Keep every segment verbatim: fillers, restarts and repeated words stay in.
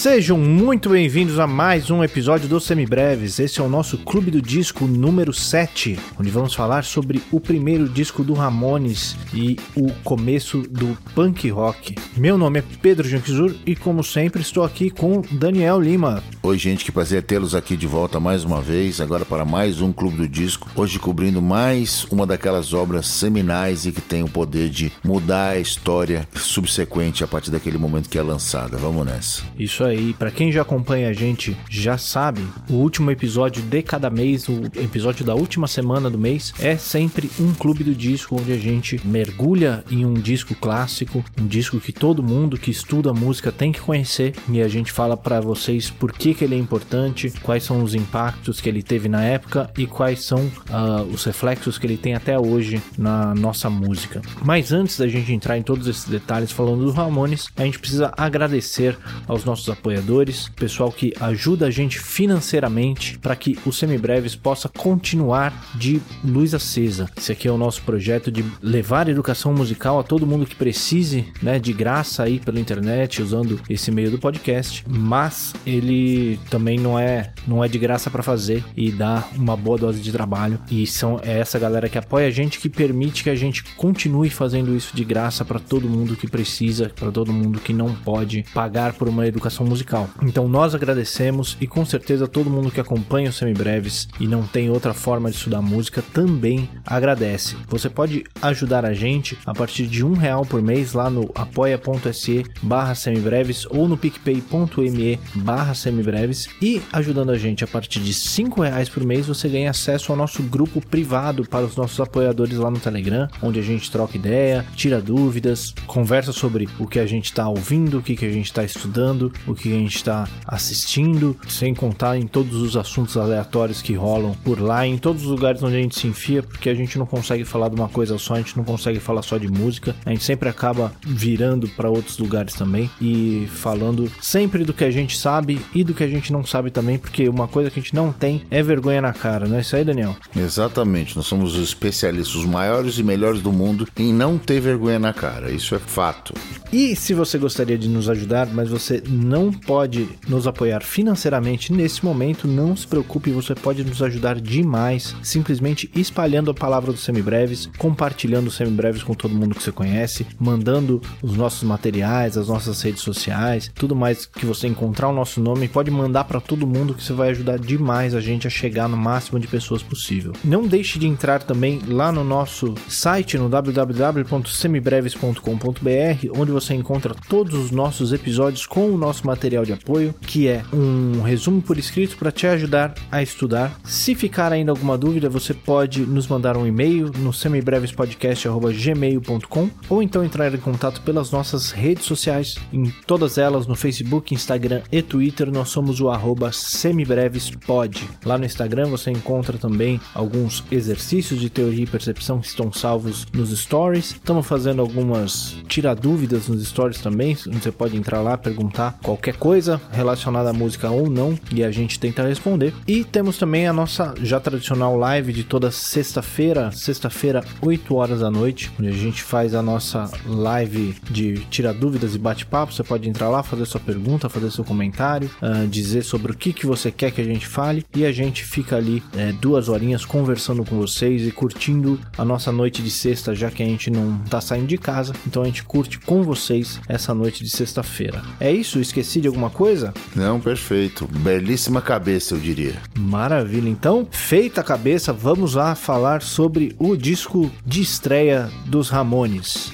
Sejam muito bem-vindos a mais um episódio do Semibreves. Esse é o nosso Clube do Disco número sete, onde vamos falar sobre o primeiro disco do Ramones e o começo do punk rock. Meu nome é Pedro Janquizur e, como sempre, estou aqui com Daniel Lima. Oi, gente, que prazer tê-los aqui de volta mais uma vez, agora para mais um Clube do Disco, hoje cobrindo mais uma daquelas obras seminais e que tem o poder de mudar a história subsequente a partir daquele momento que é lançada. Vamos nessa. Isso aí, para quem já acompanha a gente já sabe, o último episódio de cada mês, o episódio da última semana do mês, é sempre um Clube do Disco, onde a gente mergulha em um disco clássico, um disco que todo mundo que estuda música tem que conhecer, e a gente fala para vocês por que, que ele é importante, quais são os impactos que ele teve na época e quais são uh, os reflexos que ele tem até hoje na nossa música. Mas antes da gente entrar em todos esses detalhes falando do Ramones, a gente precisa agradecer aos nossos apoiadores, pessoal que ajuda a gente financeiramente para que o Semibreves possa continuar de luz acesa. Esse aqui é o nosso projeto de levar educação musical a todo mundo que precise, né, de graça aí pela internet, usando esse meio do podcast, mas ele também não é, não é de graça para fazer e dá uma boa dose de trabalho, e são, é essa galera que apoia a gente que permite que a gente continue fazendo isso de graça para todo mundo que precisa, para todo mundo que não pode pagar por uma educação musical. Então nós agradecemos, e com certeza todo mundo que acompanha o Semibreves e não tem outra forma de estudar música também agradece. Você pode ajudar a gente a partir de um real por mês lá no apoia.se barra semibreves ou no picpay.me barra semibreves, e ajudando a gente a partir de cinco reais por mês você ganha acesso ao nosso grupo privado para os nossos apoiadores lá no Telegram, onde a gente troca ideia, tira dúvidas, conversa sobre o que a gente está ouvindo, o que, que a gente está estudando, o que a gente está assistindo, sem contar em todos os assuntos aleatórios que rolam por lá, em todos os lugares onde a gente se enfia, porque a gente não consegue falar de uma coisa só, a gente não consegue falar só de música, a gente sempre acaba virando para outros lugares também e falando sempre do que a gente sabe e do que a gente não sabe também, porque uma coisa que a gente não tem é vergonha na cara, não é isso aí, Daniel? Exatamente, nós somos os especialistas, os maiores e melhores do mundo em não ter vergonha na cara, isso é fato. E se você gostaria de nos ajudar, mas você não pode nos apoiar financeiramente nesse momento, não se preocupe, você pode nos ajudar demais, simplesmente espalhando a palavra do Semibreves, compartilhando o Semibreves com todo mundo que você conhece, mandando os nossos materiais, as nossas redes sociais, tudo mais que você encontrar o nosso nome, pode mandar para todo mundo, que você vai ajudar demais a gente a chegar no máximo de pessoas possível. Não deixe de entrar também lá no nosso site, no w w w ponto semibreves ponto com ponto b r, onde você encontra todos os nossos episódios com o nosso material de apoio, que é um resumo por escrito para te ajudar a estudar. Se ficar ainda alguma dúvida, você pode nos mandar um e-mail no semibrevespodcast arroba gmail ponto com, ou então entrar em contato pelas nossas redes sociais, em todas elas, no Facebook, Instagram e Twitter, nós somos o arroba semibrevespod. Lá no Instagram você encontra também alguns exercícios de teoria e percepção que estão salvos nos stories. Estamos fazendo algumas tiradúvidas nos stories também, você pode entrar lá, perguntar qualquer coisa relacionada à música ou não, e a gente tenta responder. E temos também a nossa já tradicional live de toda sexta-feira, sexta-feira, oito horas da noite, onde a gente faz a nossa live de tiradúvidas e bate-papo. Você pode entrar lá, fazer sua pergunta, fazer seu comentário, uh, dizer sobre o que, que você quer que a gente fale, e a gente fica ali é, duas horinhas conversando com vocês e curtindo a nossa noite de sexta, já que a gente não tá saindo de casa, então a gente curte com vocês essa noite de sexta-feira. É isso? Esqueci de alguma coisa? Não, perfeito. Belíssima cabeça, eu diria. Maravilha. Então, feita a cabeça, vamos lá falar sobre o disco de estreia dos Ramones.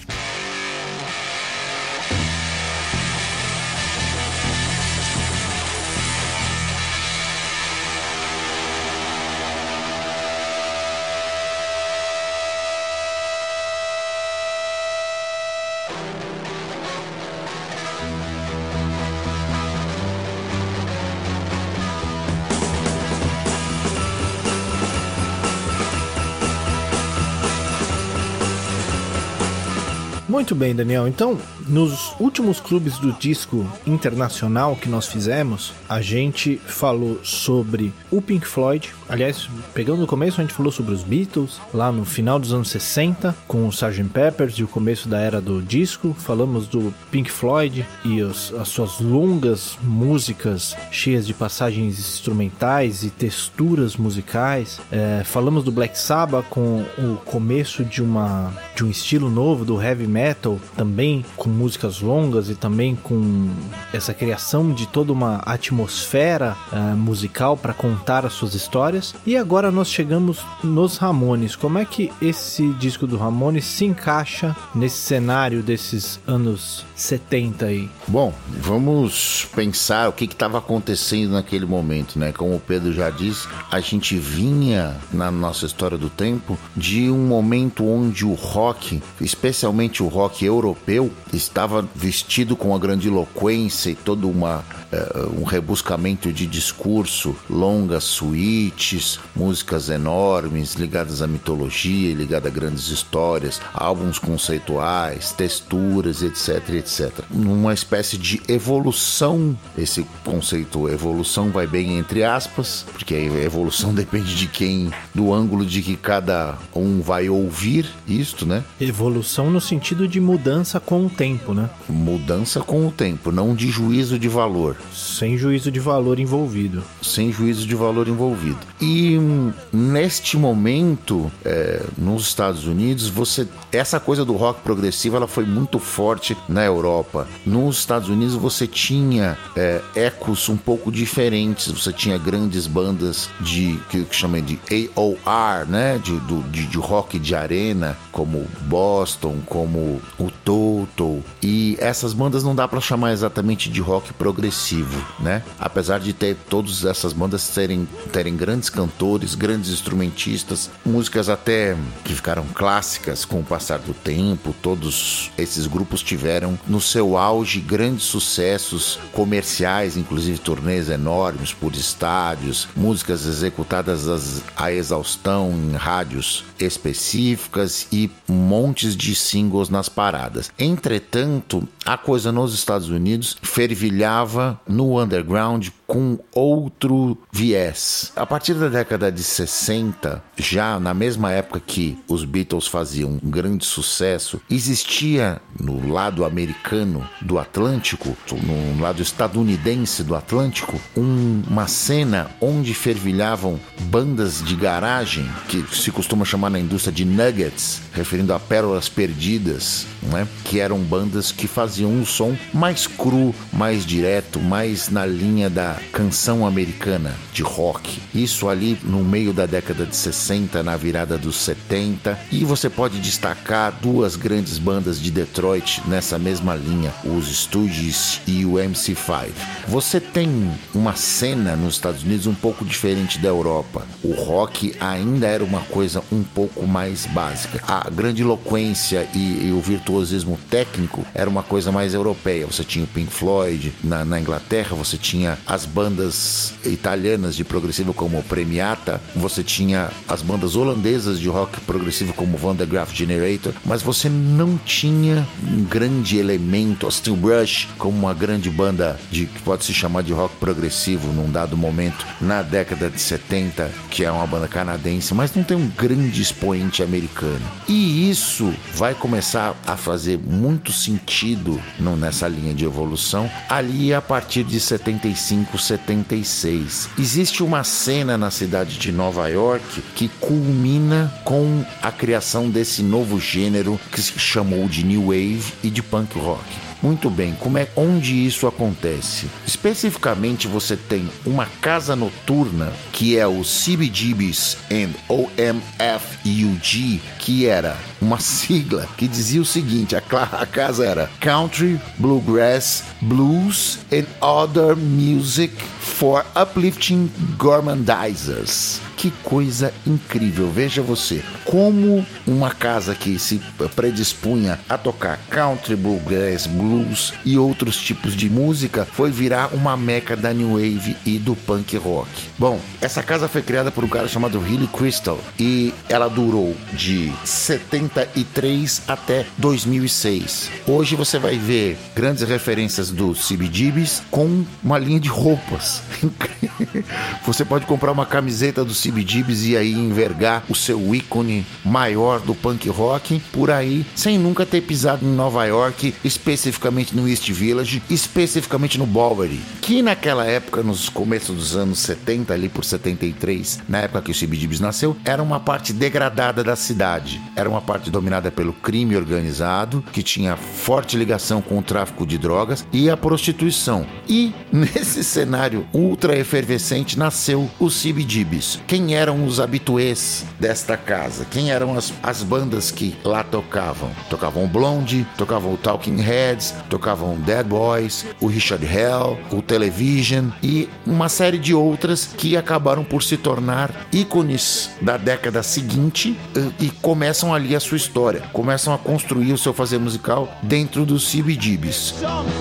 Muito bem, Daniel. Então, nos últimos clubes do disco internacional que nós fizemos, a gente falou sobre o Pink Floyd. Aliás, pegando no começo, a gente falou sobre os Beatles, lá no final dos anos sessenta, com o sergeant Pepper's e o começo da era do disco. Falamos do Pink Floyd e os, as suas longas músicas cheias de passagens instrumentais e texturas musicais. É, falamos do Black Sabbath com o começo de, uma, de um estilo novo do heavy metal, também com músicas longas e também com essa criação de toda uma atmosfera uh, musical para contar as suas histórias. E agora nós chegamos nos Ramones. Como é que esse disco do Ramones se encaixa nesse cenário desses anos setenta aí? Bom, vamos pensar o que estava acontecendo naquele momento, né? Como o Pedro já disse, a gente vinha na nossa história do tempo de um momento onde o rock, especialmente o rock europeu, estava vestido com a grandiloquência e todo uma, uh, um rebuscamento de discurso, longas suítes, músicas enormes ligadas à mitologia, ligadas a grandes histórias, álbuns conceituais, texturas, etc, etcétera. Numa espécie de evolução, esse conceito evolução vai bem entre aspas, porque a evolução depende de quem, do ângulo de que cada um vai ouvir isto, né? Evolução no sentido de mudança com o tempo, né? Mudança com o tempo, não de juízo de valor. Sem juízo de valor envolvido. Sem juízo de valor envolvido. E hum, neste momento, é, nos Estados Unidos, você, essa coisa do rock progressivo, ela foi muito forte na Europa. Nos Estados Unidos você tinha é, ecos um pouco diferentes. Você tinha grandes bandas de que, que chamam de A O R, né? De, do, de, de rock de arena, como Boston, como o Toto. E essas bandas não dá para chamar exatamente de rock progressivo, né? Apesar de ter todas essas bandas terem, terem grandes cantores, grandes instrumentistas, músicas até que ficaram clássicas com o passar do tempo. Todos esses grupos tiveram no seu auge grandes sucessos comerciais, inclusive turnês enormes por estádios, músicas executadas à exaustão em rádios específicas e montes de singles nas paradas. Entretanto, a coisa nos Estados Unidos fervilhava no underground com outro viés. A partir da década de sessenta, já na mesma época que os Beatles faziam um grande sucesso, existia no lado americano do Atlântico, no lado estadunidense do Atlântico, um, uma cena onde fervilhavam bandas de garagem, que se costuma chamar na indústria de nuggets, referindo a pérolas perdidas, né? Que eram bandas que faziam um som mais cru, mais direto, mais na linha da canção americana de rock. Isso ali no meio da década de sessenta, na virada dos setenta, e você pode destacar duas grandes bandas de Detroit nessa mesma linha, os Stooges e o M C cinco. Você tem uma cena nos Estados Unidos um pouco diferente da Europa. O rock ainda era uma coisa um pouco mais básica. A grandiloquência e, e o virtuosismo técnico era uma coisa mais europeia. Você tinha o Pink Floyd na, na Inglaterra, você tinha as bandas italianas de progressivo como o Premiata, você tinha as bandas holandesas de rock progressivo como o Van der Graaf Generator, mas você não tinha um grande elemento, a Steel Brush como uma grande banda de, que pode se chamar de rock progressivo num dado momento na década de setenta, que é uma banda canadense, mas não tem um grande expoente americano. E isso vai começar a fazer muito sentido não, nessa linha de evolução ali a partir de setenta e cinco, setenta e seis. Existe uma cena na cidade de Nova York que culmina com a criação desse novo gênero que se chamou de New Wave e de Punk Rock. Muito bem, como é, onde isso acontece? Especificamente você tem uma casa noturna que é o C B G B's and O M F U G, que era uma sigla que dizia o seguinte, a, a casa era Country, Bluegrass, Blues and Other Music for Uplifting Gormandizers, que coisa incrível. Veja você, como uma casa que se predispunha a tocar country, bluegrass, blues e outros tipos de música foi virar uma meca da New Wave e do punk rock. Bom, essa casa foi criada por um cara chamado Billy Crystal e ela durou de setenta e três até dois mil e seis. Hoje você vai ver grandes referências do C B G Bs com uma linha de roupas. Você pode comprar uma camiseta do C B G Bs e aí envergar o seu ícone maior do punk rock por aí, sem nunca ter pisado em Nova York, especificamente no East Village, especificamente no Bowery, que naquela época, nos começos dos anos setenta, ali por setenta e três, na época que o C B G Bs nasceu, era uma parte degradada da cidade. Era uma parte dominada pelo crime organizado, que tinha forte ligação com o tráfico de drogas e a prostituição. E nesse cenário ultra efervescente nasceu o C B G Bs. Quem eram os habituês desta casa? Quem eram as, as bandas que lá tocavam? Tocavam o Blondie, tocavam o Talking Heads, tocavam o Dead Boys, o Richard Hell, o Television e uma série de outras que acabaram por se tornar ícones da década seguinte e, e começam ali a sua história, começam a construir o seu fazer musical dentro dos C B G Bs.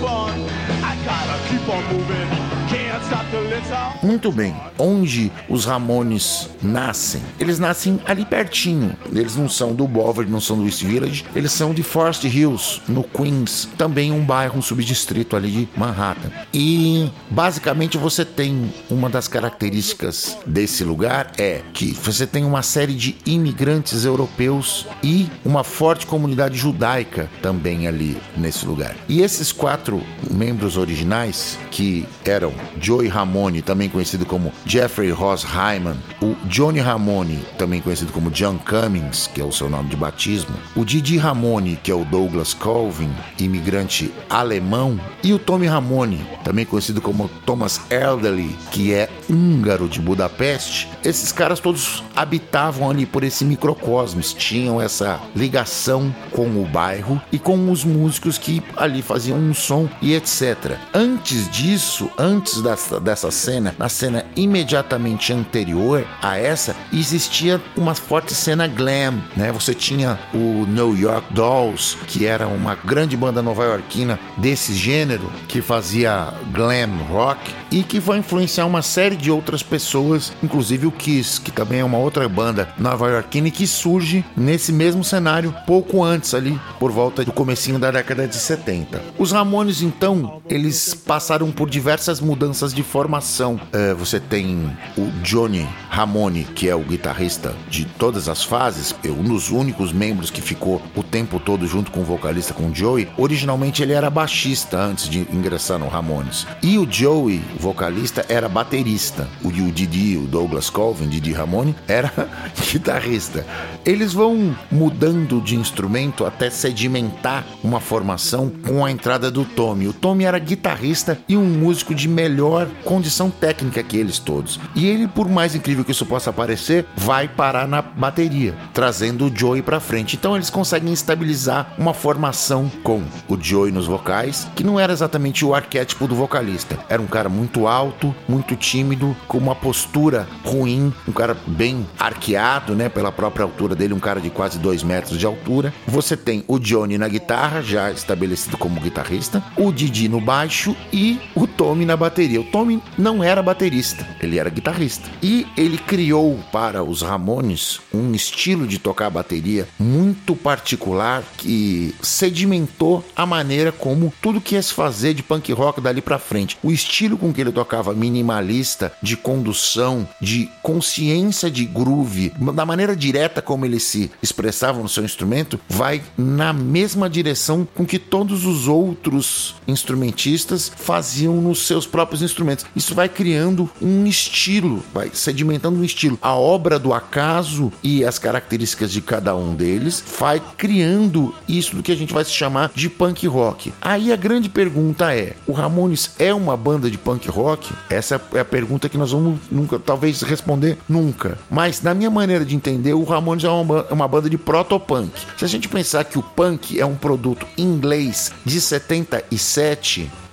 Muito bem, onde os Ramones nascem? Eles nascem ali pertinho. Eles não são do Bowery, não são do East Village, eles são de Forest Hills, no Queens, também um bairro, um subdistrito ali de Manhattan. E basicamente você tem uma das características desse lugar é que você tem uma série de imigrantes europeus e uma forte comunidade judaica também ali nesse lugar. E esses quatro membros originais, que eram Joey Ramone, também conhecido como Jeffrey Ross Hyman, o Johnny Ramone, também conhecido como John Cummings, que é o seu nome de batismo, o Didi Ramone, que é o Douglas Colvin, imigrante alemão, e o Tommy Ramone, também conhecido como Thomas Elderly, que é húngaro de Budapeste. Esses caras todos habitavam ali por esse microcosmos, tinham essa ligação com o bairro e com os músicos que ali faziam um som e etcétera. Antes disso, antes dessa, dessa cena, na cena imediatamente anterior a essa, existia uma forte cena glam, né? Você tinha o New York Dolls, que era uma grande banda nova-iorquina desse gênero, que fazia glam rock e que vai influenciar uma série de outras pessoas, inclusive o Kiss, que também é uma outra banda nova-iorquina e que surge nesse mesmo cenário pouco antes ali, por volta do comecinho da década de setenta. Os Ramones, então, eles passaram por diversas mudanças de formação. É, você tem o Johnny Ramone, que é o guitarrista de todas as fases, um dos únicos membros que ficou o tempo todo junto com o vocalista, com o Joey. Originalmente ele era baixista antes de ingressar no Ramones. E o Joey, o vocalista, era baterista. O, o Didi, o Douglas Colvin, Didi Ramone, era guitarrista. Eles vão mudando de instrumento até sedimentar uma formação com a entrada do Tommy. O Tommy era guitarrista e um músico de melhor condição técnica que eles todos. E ele, por mais incrível que isso possa parecer, vai parar na bateria, trazendo o Joey pra frente. Então eles conseguem estabilizar uma formação com o Joey nos vocais, que não era exatamente o arquétipo do vocalista. Era um cara muito alto, muito tímido, com uma postura ruim, um cara bem arqueado, né, pela própria altura dele, um cara de quase dois metros de altura. Você tem o Johnny na guitarra, já estabelecido como guitarrista, o Didi no baixo e o Tommy na bateria. O Tommy não era baterista, ele era guitarrista. E ele criou para os Ramones um estilo de tocar bateria muito particular que sedimentou a maneira como tudo que ia se fazer de punk rock dali pra frente. O estilo com que ele tocava, minimalista, de condução, de consciência de groove, da maneira direta como ele se expressava no seu instrumento, vai na mesma direção com que todos os outros instrumentistas faziam nos seus próprios instrumentos. Isso vai criando um estilo, vai sedimentando um estilo. A obra do acaso e as características de cada um deles vai criando isso do que a gente vai se chamar de punk rock. Aí a grande pergunta é: o Ramones é uma banda de punk rock? Essa é a pergunta que nós vamos nunca, talvez, responder nunca. Mas, na minha maneira de entender, o Ramones é uma, uma banda de proto-punk. Se a gente pensar que o punk é um produto inglês de setenta e sete,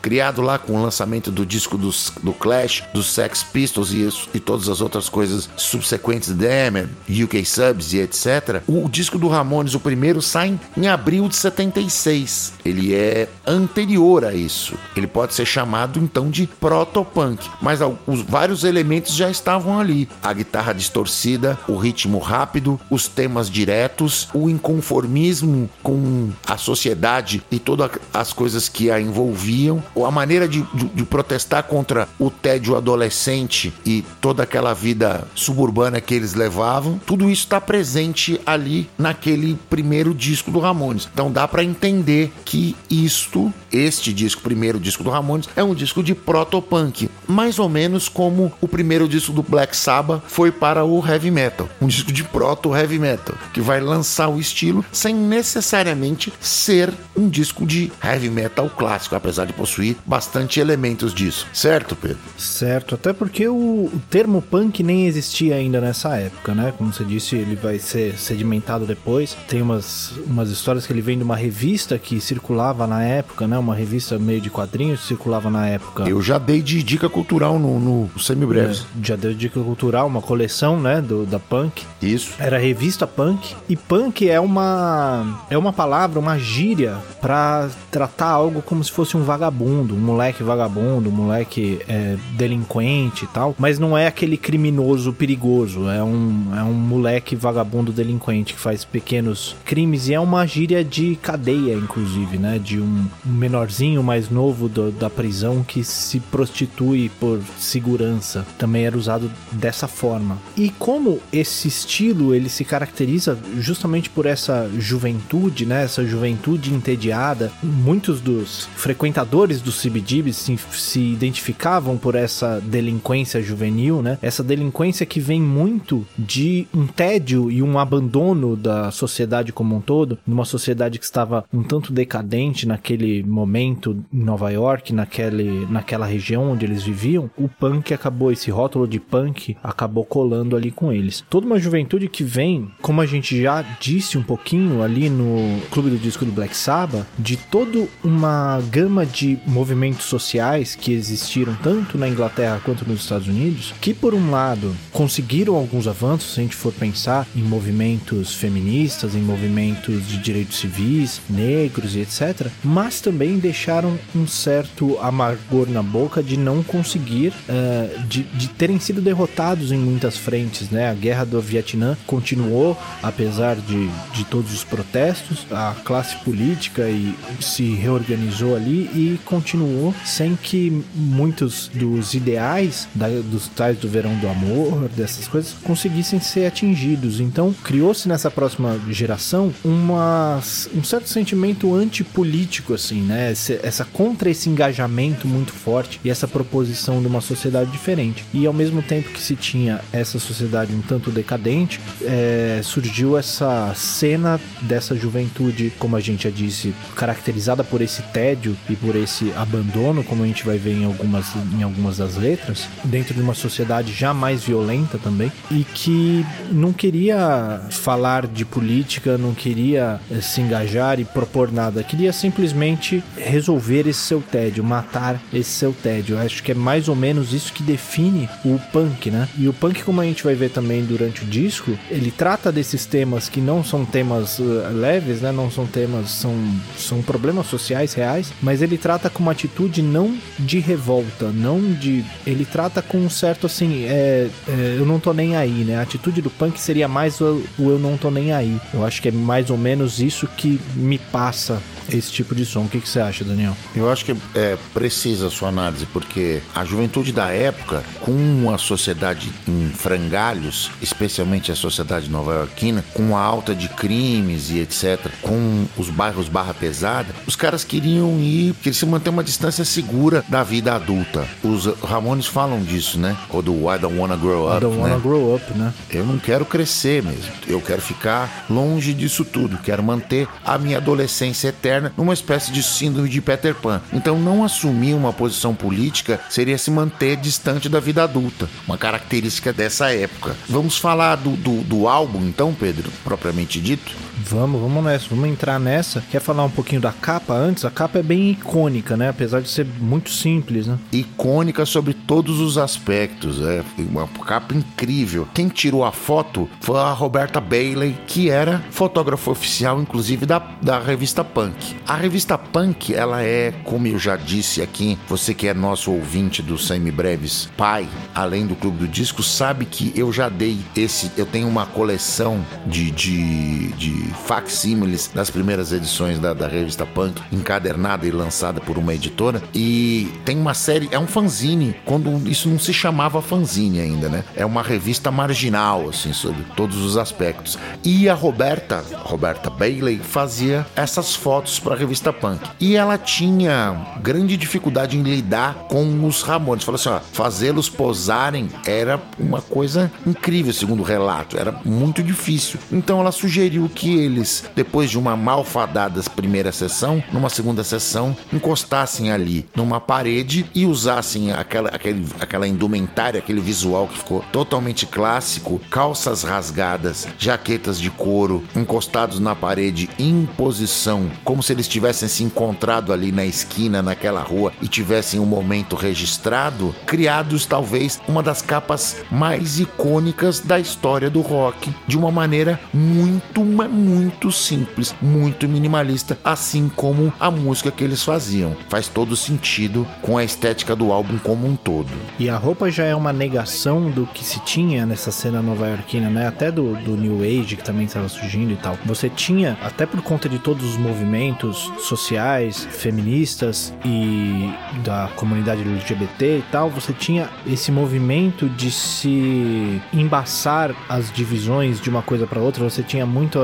criado lá com o lançamento do disco dos, do Clash, dos Sex Pistols e, e todas as outras coisas subsequentes, Damn, U K Subs e etcétera. O disco do Ramones, o primeiro, sai em abril de setenta e seis. Ele é anterior a isso. Ele pode ser chamado então de proto-punk, mas os vários elementos já estavam ali. A guitarra distorcida, o ritmo rápido, os temas diretos, o inconformismo com a sociedade e todas as coisas que a envolviam, ou a maneira de, de, de protestar contra o tédio adolescente e toda aquela vida suburbana que eles levavam. Tudo isso está presente ali naquele primeiro disco do Ramones. Então dá para entender que isto, este disco, primeiro disco do Ramones, é um disco de proto-punk, mais ou menos como o primeiro disco do Black Sabbath foi para o heavy metal, um disco de proto-heavy metal, que vai lançar o estilo sem necessariamente ser um disco de heavy metal clássico, apesar de possuir bastante elementos disso. Certo, Pedro? Certo, até porque o, o termo punk nem existia ainda nessa época, né? Como você disse, ele vai ser sedimentado depois. Tem umas, umas histórias que ele vem de uma revista que circulava na época, né? Uma revista meio de quadrinhos que circulava na época. Eu já dei de dica cultural no, no Semibreves. É, já dei de dica cultural, uma coleção, né? Do, da punk. Isso. Era a revista punk. E punk é uma, é uma palavra, uma gíria pra tratar algo como se fosse um vagabundo, um moleque vagabundo, um moleque é, delinquente e tal. Mas não é aquele criminoso perigoso. É um, é um moleque vagabundo delinquente que faz pequenos crimes. E é uma gíria de cadeia, inclusive, né? De um menorzinho mais novo do, da prisão que se prostitui por segurança. Também era usado dessa forma. E como esse estilo ele se caracteriza justamente por essa juventude, né? Essa juventude entediada. Muitos dos frequentadores do C B G B se, se identificavam por essa delinquência juvenil, né? Essa delinquência que vem muito de um tédio e um abandono da sociedade como um todo, numa sociedade que estava um tanto decadente naquele momento em Nova York, naquele, naquela região onde eles viviam. O punk acabou, esse rótulo de punk acabou colando ali com eles. Toda uma juventude que vem, como a gente já disse um pouquinho ali no Clube do Disco do Black Sabbath, de toda uma gama de movimentos sociais que existiram tanto na Inglaterra quanto nos Estados Unidos, que por um lado conseguiram alguns avanços, se a gente for pensar em movimentos feministas, em movimentos de direitos civis, negros e etcétera, mas também deixaram um certo amargor na boca de não conseguir, uh, de, de terem sido derrotados em muitas frentes, né? A guerra do Vietnã continuou, apesar de, de todos os protestos, a classe política e, se reorganizou ali e continuou sem que muitos dos ideais, da, dos tais do verão do amor, dessas coisas, conseguissem ser atingidos. Então, criou-se nessa próxima geração uma, um certo sentimento antipolítico, assim, né? Essa, essa contra esse engajamento muito forte e essa proposição de uma sociedade diferente. E ao mesmo tempo que se tinha essa sociedade um tanto decadente, é, surgiu essa cena dessa juventude, como a gente já disse, caracterizada por esse tédio e por esse abandono, como a gente vai ver em algumas, em algumas das letras, dentro de uma sociedade já mais violenta também, e que não queria falar de política, não queria se engajar e propor nada, queria simplesmente resolver esse seu tédio, matar esse seu tédio. Eu acho que é mais ou menos isso que define o punk, né? E o punk, como a gente vai ver também durante o disco, ele trata desses temas que não são temas uh, leves, né? Não são temas, são, são problemas sociais reais, mas ele trata com uma atitude não de revolta, não de... Ele trata com um certo, assim, é, é, eu não tô nem aí, né? A atitude do punk seria mais o, o eu não tô nem aí. Eu acho que é mais ou menos isso que me passa esse tipo de som. O que, que você acha, Daniel? Eu acho que é precisa a sua análise, porque a juventude da época, com a sociedade em frangalhos, especialmente a sociedade nova-iorquina, com a alta de crimes e etcétera, com os bairros barra pesada, os caras queriam ir, queriam se manter uma distância segura da vida adulta. Os Ramones falam disso, né? Ou do I don't wanna grow up, I don't wanna né? grow up, né? Eu não quero crescer mesmo. Eu quero ficar longe disso tudo. Quero manter a minha adolescência eterna numa espécie de síndrome de Peter Pan. Então, não assumir uma posição política seria se manter distante da vida adulta. Uma característica dessa época. Vamos falar do, do, do álbum, então, Pedro, propriamente dito? Vamos, vamos nessa, vamos entrar nessa. Quer falar um pouquinho da capa antes? A capa é bem icônica, né? Apesar de ser muito simples, né? Icônica sobre todos os aspectos, é uma capa incrível. Quem tirou a foto foi a Roberta Bailey, que era fotógrafa oficial, inclusive, da, da revista Punk. A revista Punk, ela é, como eu já disse aqui, você que é nosso ouvinte do Semibreves Pai, além do Clube do Disco, sabe que eu já dei esse, eu tenho uma coleção de, de, de facsímiles das primeiras edições da, da revista Punk, encadernada e lançada por uma editora, e tem uma série, é um fanzine, quando isso não se chamava fanzine ainda, né? É uma revista marginal, assim, sobre todos os aspectos. E a Roberta, Roberta Bailey, fazia essas fotos para a revista Punk. E ela tinha grande dificuldade em lidar com os Ramones. Falou assim, ó, fazê-los posarem era uma coisa incrível, segundo o relato, era muito difícil. Então ela sugeriu que eles, depois de uma malfadada primeira sessão, numa segunda sessão, encostassem ali numa parede e usassem aquela, aquele, aquela indumentária, aquele visual que ficou totalmente clássico, calças rasgadas, jaquetas de couro, encostados na parede em posição, como se eles tivessem se encontrado ali na esquina, naquela rua, e tivessem um momento registrado, criados talvez uma das capas mais icônicas da história do rock, de uma maneira muito, muito simples, muito minimalista, assim como a música que eles faziam. Faz todo sentido com a estética do álbum como um todo. E a roupa já é uma negação do que se tinha nessa cena nova-iorquina, né? Até do, do New Age, que também estava surgindo e tal. Você tinha, até por conta de todos os movimentos sociais, feministas e da comunidade L G B T e tal, você tinha esse movimento de se embaçar as divisões de uma coisa para outra. Você tinha muito a,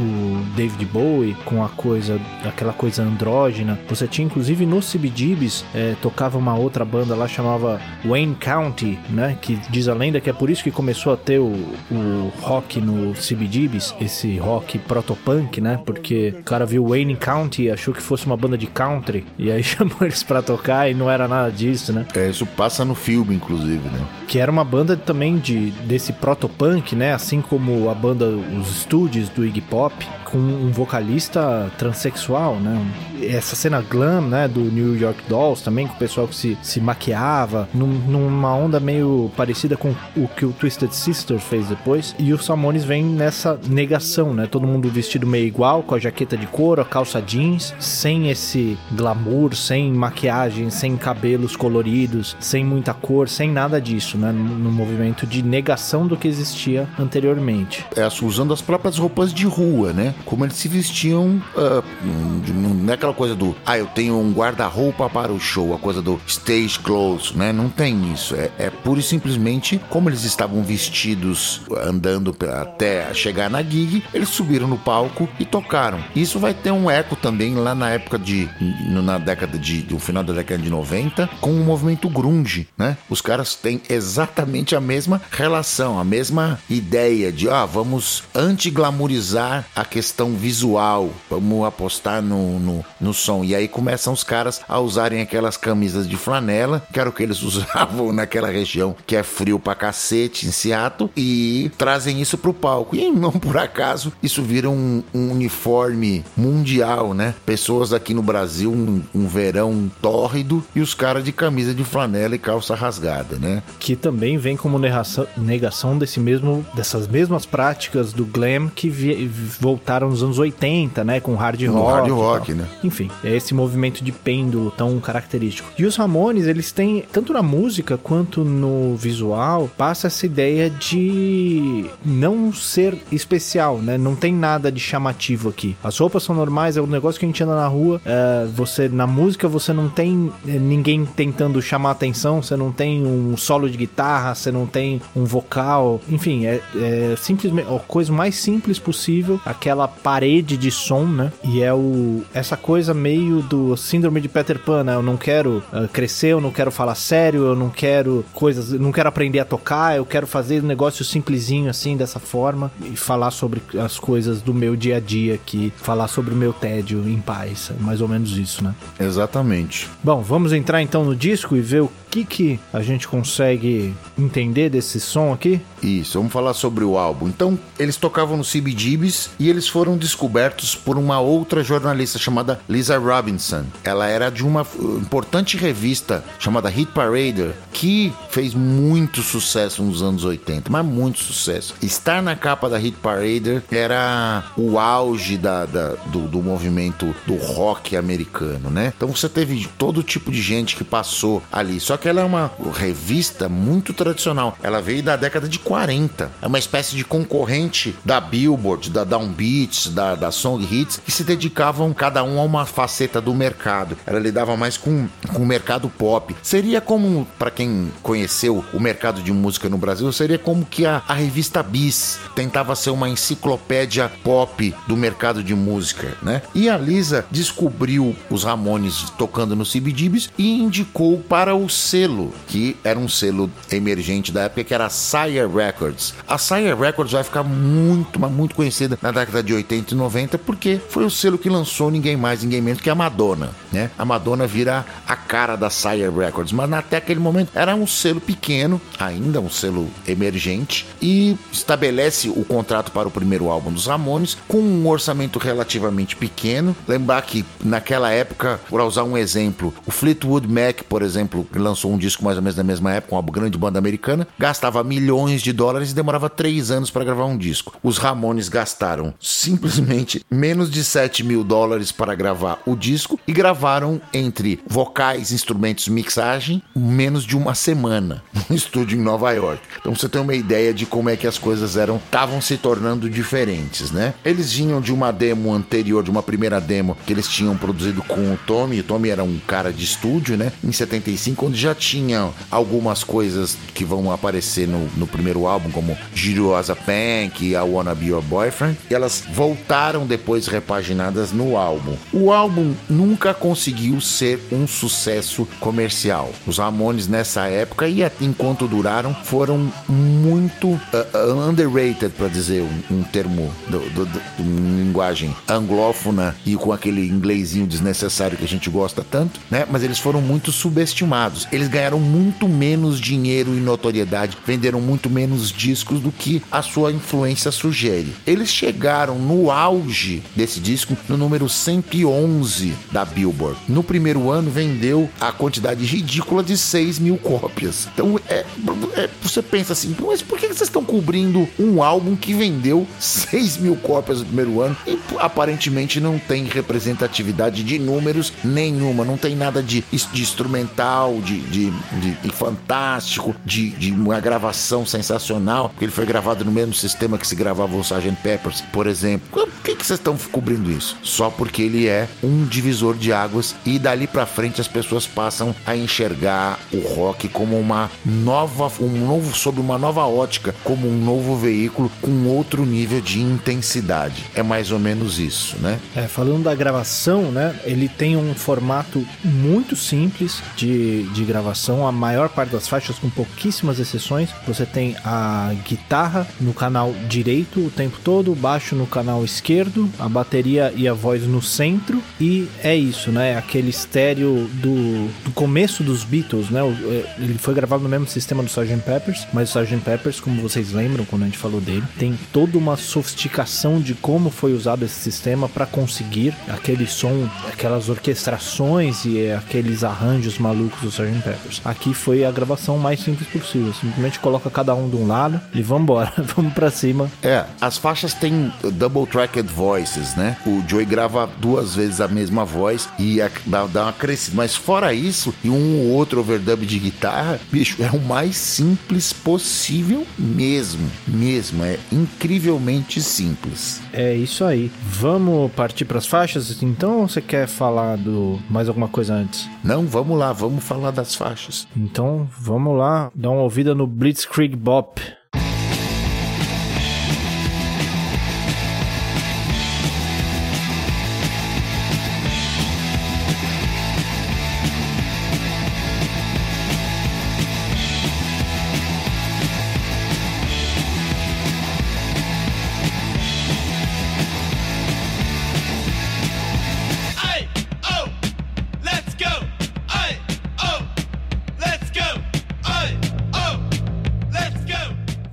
o David Bowie com a coisa, aquela coisa andrógena. Você tinha, inclusive, no C B G Bs, é, tocava uma outra banda lá, chamava Wayne County, né? Que diz a lenda que é por isso que começou a ter o, o rock no C B G Bs, esse rock protopunk, né? Porque o cara viu Wayne County e achou que fosse uma banda de country, e aí chamou eles pra tocar e não era nada disso, né? É, isso passa no filme, inclusive, né? Que era uma banda também de, desse protopunk, né? Assim como a banda, os Stooges do Iggy Pop, com um vocalista transexual, né? Essa cena glam, né? Do New York Dolls também, com o pessoal que se, se maquiava, num, numa onda meio parecida com o que o Twisted Sister fez depois. E os Ramones vêm nessa negação, né? Todo mundo vestido meio igual, com a jaqueta de couro, a calça jeans, sem esse glamour, sem maquiagem, sem cabelos coloridos, sem muita cor, sem nada disso, né? No movimento de negação do que existia anteriormente. É, usando as próprias roupas de rua, né? Como eles se vestiam, uh, não é aquela coisa do, ah, eu tenho um guarda-roupa para o show, a coisa do stage clothes, né? Não tem isso. É, é pura e simplesmente como eles estavam vestidos andando até chegar na gig, eles subiram no palco e tocaram. Isso vai ter um eco também lá na época de, na década de, no final da década de noventa, com o movimento grunge, né? Os caras têm exatamente a mesma relação, a mesma ideia de, ah, vamos anti-glamourizar a questão visual, vamos apostar no, no, no som. E aí começam os caras a usarem aquelas camisas de flanela, que era o que eles usavam naquela região que é frio pra cacete, em Seattle, e trazem isso pro palco. E não por acaso, isso vira um, um uniforme mundial, né? Pessoas aqui no Brasil, um, um verão tórrido, e os caras de camisa de flanela e calça rasgada, né? Que também vem como negação, negação desse mesmo, dessas mesmas práticas do glam que vi, voltaram nos anos oitenta, né? Com hard rock. hard rock, né? Enfim, é esse movimento de pêndulo tão característico. E os Ramones, eles têm, tanto na música quanto no visual, passa essa ideia de não ser especial, né? Não tem nada de chamativo aqui. As roupas são normais, é um negócio que a gente anda na rua. É, você, na música, você não tem ninguém tentando chamar atenção, você não tem um solo de guitarra, você não tem um vocal. Enfim, é, é simplesmente a coisa mais simples possível, aquela parede de som, né? E é o, essa coisa meio do síndrome de Peter Pan, né? Eu não quero uh, crescer, eu não quero falar sério, eu não quero coisas, eu não quero aprender a tocar, eu quero fazer um negócio simplesinho assim, dessa forma, e falar sobre as coisas do meu dia a dia aqui, falar sobre o meu tédio em paz, mais ou menos isso, né? Exatamente. Bom, vamos entrar então no disco e ver o que que a gente consegue entender desse som aqui? Isso, vamos falar sobre o álbum. Então, eles tocavam no C B G Bs e eles foram descobertos por uma outra jornalista chamada Lisa Robinson. Ela era de uma importante revista chamada Hit Parader, que fez muito sucesso nos anos oitenta, mas muito sucesso. Estar na capa da Hit Parader era o auge da, da, do, do movimento do rock americano, né? Então você teve todo tipo de gente que passou ali, só que ela é uma revista muito tradicional. Ela veio da década de quarenta, é uma espécie de concorrente da Billboard, da Downbeats, da, da Song Hits, que se dedicavam cada um a uma faceta do mercado. Ela lidava mais com, com o mercado pop. Seria como, para quem conheceu o mercado de música no Brasil, seria como que a, a revista Bis tentava ser uma enciclopédia pop do mercado de música, né? E a Lisa descobriu os Ramones tocando no C B G B's e indicou para o selo, que era um selo emergente da época, que era a Sire Records. A Sire Records vai ficar muito, mas muito conhecida na década de oitenta e noventa, porque foi o selo que lançou ninguém mais, ninguém menos que a Madonna, né? A Madonna vira a cara da Sire Records, mas até aquele momento era um selo pequeno, ainda um selo emergente, e estabelece o contrato para o primeiro álbum dos Ramones com um orçamento relativamente pequeno. Lembrar que naquela época, para usar um exemplo, o Fleetwood Mac, por exemplo, lançou um disco mais ou menos na mesma época, uma grande banda americana, gastava milhões de dólares e demorava três anos para gravar um disco. Os Ramones gastaram simplesmente menos de sete mil dólares para gravar o disco e gravaram entre vocais, instrumentos, mixagem, menos de uma semana no estúdio em Nova York. Então você tem uma ideia de como é que as coisas eram, estavam se tornando diferentes, né? Eles vinham de uma demo anterior, de uma primeira demo que eles tinham produzido com o Tommy. O Tommy era um cara de estúdio, né? Em setenta e cinco, onde já tinha algumas coisas que vão aparecer no, no primeiro álbum, como Girosa Punk e I Wanna Be Your Boyfriend, e elas voltaram depois repaginadas no álbum. O álbum nunca conseguiu ser um sucesso comercial. Os Ramones nessa época, e até enquanto duraram, foram muito uh, uh, underrated, para dizer um, um termo do, do, do, de linguagem anglófona e com aquele inglesinho desnecessário que a gente gosta tanto, né? Mas eles foram muito subestimados. Eles ganharam muito menos dinheiro e notoriedade, venderam muito menos discos do que a sua influência sugere. Eles chegaram no auge desse disco no número cento e onze da Billboard. No primeiro ano vendeu a quantidade ridícula de seis mil cópias. Então é, é, você pensa assim, mas por que vocês estão cobrindo um álbum que vendeu seis mil cópias no primeiro ano e aparentemente não tem representatividade de números nenhuma, não tem nada de, de instrumental, de, de, de, de fantástico, de, de uma gravação sensacional, porque ele foi gravado no mesmo sistema que se gravava o sergeant Pepper's, por exemplo. Por que, que vocês estão cobrindo isso? Só porque ele é um divisor de águas, e dali pra frente as pessoas passam a enxergar o rock como uma nova, um novo, sob uma nova ótica, como um novo veículo com outro nível de intensidade. É mais ou menos isso, né? É, falando da gravação, né? Ele tem um formato muito simples de, de gravação. A maior parte das faixas, com pouquíssimas exceções, você tem a guitarra no canal direito o tempo todo, o baixo no canal esquerdo, a bateria e a voz no centro, e é isso, né? Aquele estéreo do, do começo dos Beatles, né? Ele foi gravado no mesmo sistema do sergeant Pepper's, mas o sergeant Pepper's, como vocês lembram quando a gente falou dele, tem toda uma sofisticação de como foi usado esse sistema para conseguir aquele som, aquelas orquestrações e aqueles arranjos malucos do sergeant Pepper's. Aqui foi a gravação mais simples possível, simplesmente coloca cada um de um lado e vambora, vamos pra cima. É, as faixas têm double tracked voices, né? O Joey grava duas vezes a mesma voz e a, dá, dá uma crescida, mas fora isso, e um ou outro overdub de guitarra, bicho, é o mais simples possível mesmo, mesmo, é incrivelmente simples. É isso aí. Vamos partir pras faixas, então, ou você quer falar do mais alguma coisa antes? Não, vamos lá, vamos falar das faixas. Então, vamos lá, dar uma ouvida no Blitzkrieg Bop.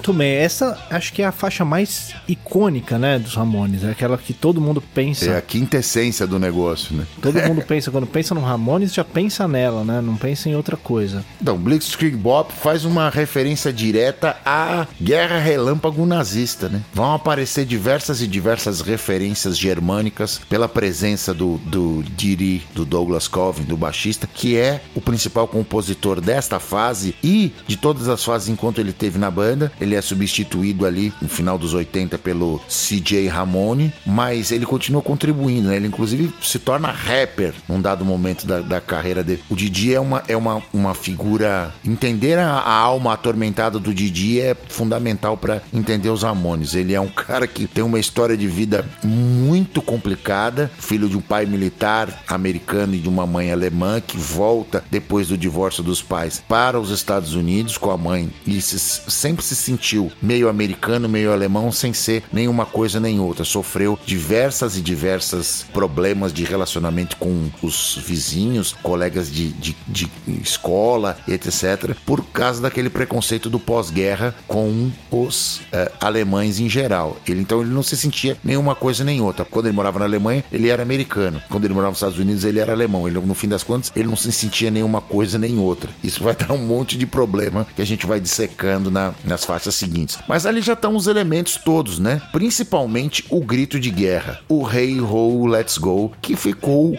Muito bem, essa acho que é a faixa mais icônica, né, dos Ramones, é aquela que todo mundo pensa. É a quintessência do negócio, né? Todo mundo pensa, quando pensa no Ramones, já pensa nela, né, não pensa em outra coisa. Então, Blitzkrieg Bop faz uma referência direta à Guerra Relâmpago nazista, né? Vão aparecer diversas e diversas referências germânicas pela presença do, do Didi, do Douglas Colvin, do baixista, que é o principal compositor desta fase e de todas as fases enquanto ele teve na banda. Ele é substituído ali no final dos oitenta pelo C J Ramone, mas ele continua contribuindo, né? Ele inclusive se torna rapper num dado momento da, da carreira dele. O Didi é uma, é uma, uma figura... Entender a, a alma atormentada do Didi é fundamental para entender os Ramones. Ele é um cara que tem uma história de vida muito complicada, filho de um pai militar americano e de uma mãe alemã, que volta depois do divórcio dos pais para os Estados Unidos com a mãe e se, sempre se sentiu meio americano, meio alemão, sem ser nenhuma coisa nem outra. Sofreu diversas e diversas problemas de relacionamento com os vizinhos, colegas de, de, de escola, etcétera, por causa daquele preconceito do pós-guerra com os eh, alemães em geral. Ele, então ele não se sentia nenhuma coisa nem outra. Quando ele morava na Alemanha, ele era americano. Quando ele morava nos Estados Unidos, ele era alemão. Ele, no fim das contas, ele não se sentia nenhuma coisa nem outra. Isso vai dar um monte de problema que a gente vai dissecando na, nas faixas seguintes. Mas ali já estão os elementos todos, né? Principalmente o grito de guerra. O Hey Ho, Let's Go, que ficou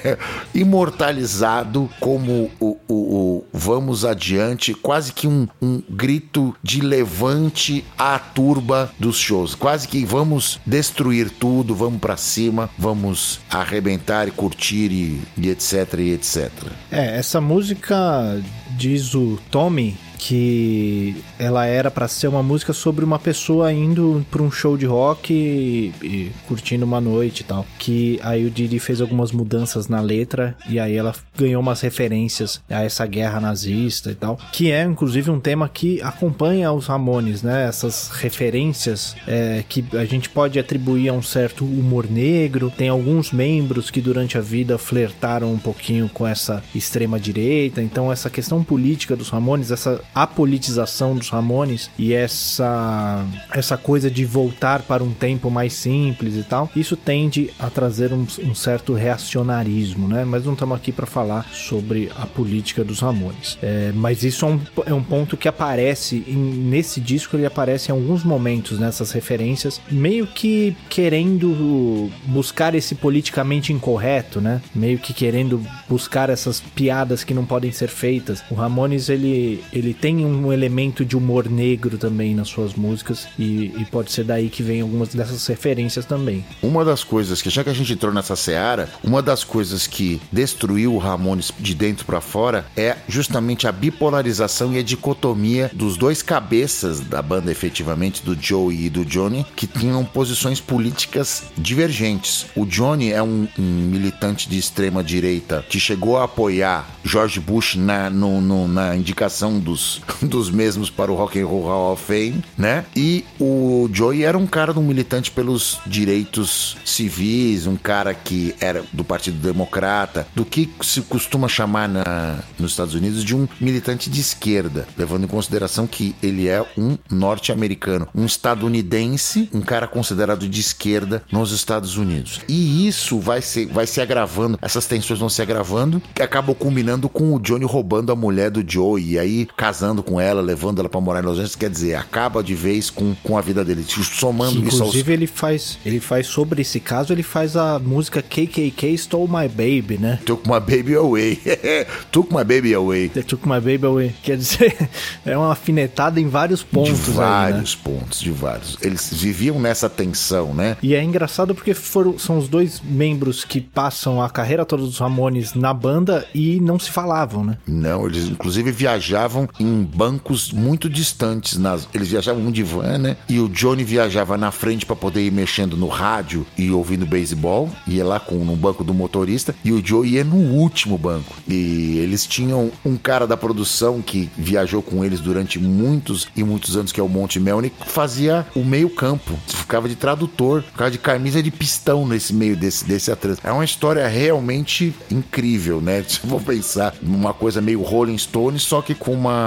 imortalizado como o, o, o vamos adiante, quase que um, um grito de levante à turba dos shows. Quase que vamos destruir tudo, vamos pra cima, vamos arrebentar e curtir e, e etc, e etcétera. É, essa música, diz o Tommy, que ela era pra ser uma música sobre uma pessoa indo pra um show de rock e, e curtindo uma noite e tal. Que aí o Didi fez algumas mudanças na letra e aí ela ganhou umas referências a essa guerra nazista e tal. Que é, inclusive, um tema que acompanha os Ramones, né? Essas referências é, que a gente pode atribuir a um certo humor negro. Tem alguns membros que durante a vida flertaram um pouquinho com essa extrema-direita. Então essa questão política dos Ramones, essa a politização dos Ramones e essa, essa coisa de voltar para um tempo mais simples e tal, isso tende a trazer um, um certo reacionarismo, né? Mas não estamos aqui para falar sobre a política dos Ramones. É, mas isso é um, é um ponto que aparece em, nesse disco, ele aparece em alguns momentos nessas referências, meio que querendo buscar esse politicamente incorreto, né? Meio que querendo buscar essas piadas que não podem ser feitas. O Ramones, ele, ele tem um elemento de humor negro também nas suas músicas e, e pode ser daí que vem algumas dessas referências também. Uma das coisas que, já que a gente entrou nessa seara, uma das coisas que destruiu o Ramones de dentro pra fora é justamente a bipolarização e a dicotomia dos dois cabeças da banda, efetivamente, do Joey e do Johnny, que tinham posições políticas divergentes. O Johnny é um, um militante de extrema direita que chegou a apoiar George Bush na, no, no, na indicação dos dos mesmos para o Rock and Roll Hall of Fame, né? E o Joey era um cara, um militante pelos direitos civis, um cara que era do Partido Democrata, do que se costuma chamar na, nos Estados Unidos de um militante de esquerda, levando em consideração que ele é um norte-americano, um estadunidense, um cara considerado de esquerda nos Estados Unidos. E isso vai se, vai se agravando, essas tensões vão se agravando, que acabam culminando com o Johnny roubando a mulher do Joey, e aí casando com ela, levando ela pra morar em Los Angeles, quer dizer, acaba de vez com, com a vida dele, somando que, isso aos... Inclusive ele faz, ele faz sobre esse caso, ele faz a música K K K Stole My Baby, né? Took My Baby Away. Took My Baby Away. Took My Baby Away. Quer dizer, é uma alfinetada em vários pontos. De vários aí, né? pontos, de vários. Eles viviam nessa tensão, né? E é engraçado porque foram, são os dois membros que passam a carreira toda dos Ramones na banda e não se falavam, né? Não, eles inclusive viajavam em bancos muito distantes. Nas, eles viajavam um de van, né? E o Johnny viajava na frente para poder ir mexendo no rádio e ouvindo beisebol. Ia lá com, no banco do motorista. E o Joe ia no último banco. E eles tinham um cara da produção que viajou com eles durante muitos e muitos anos, que é o Monte Melnick, que fazia o meio campo. Ficava de tradutor, ficava de camisa de pistão nesse meio desse, desse atleta. É uma história realmente incrível, né? Se eu vou pensar numa coisa meio Rolling Stones, só que com uma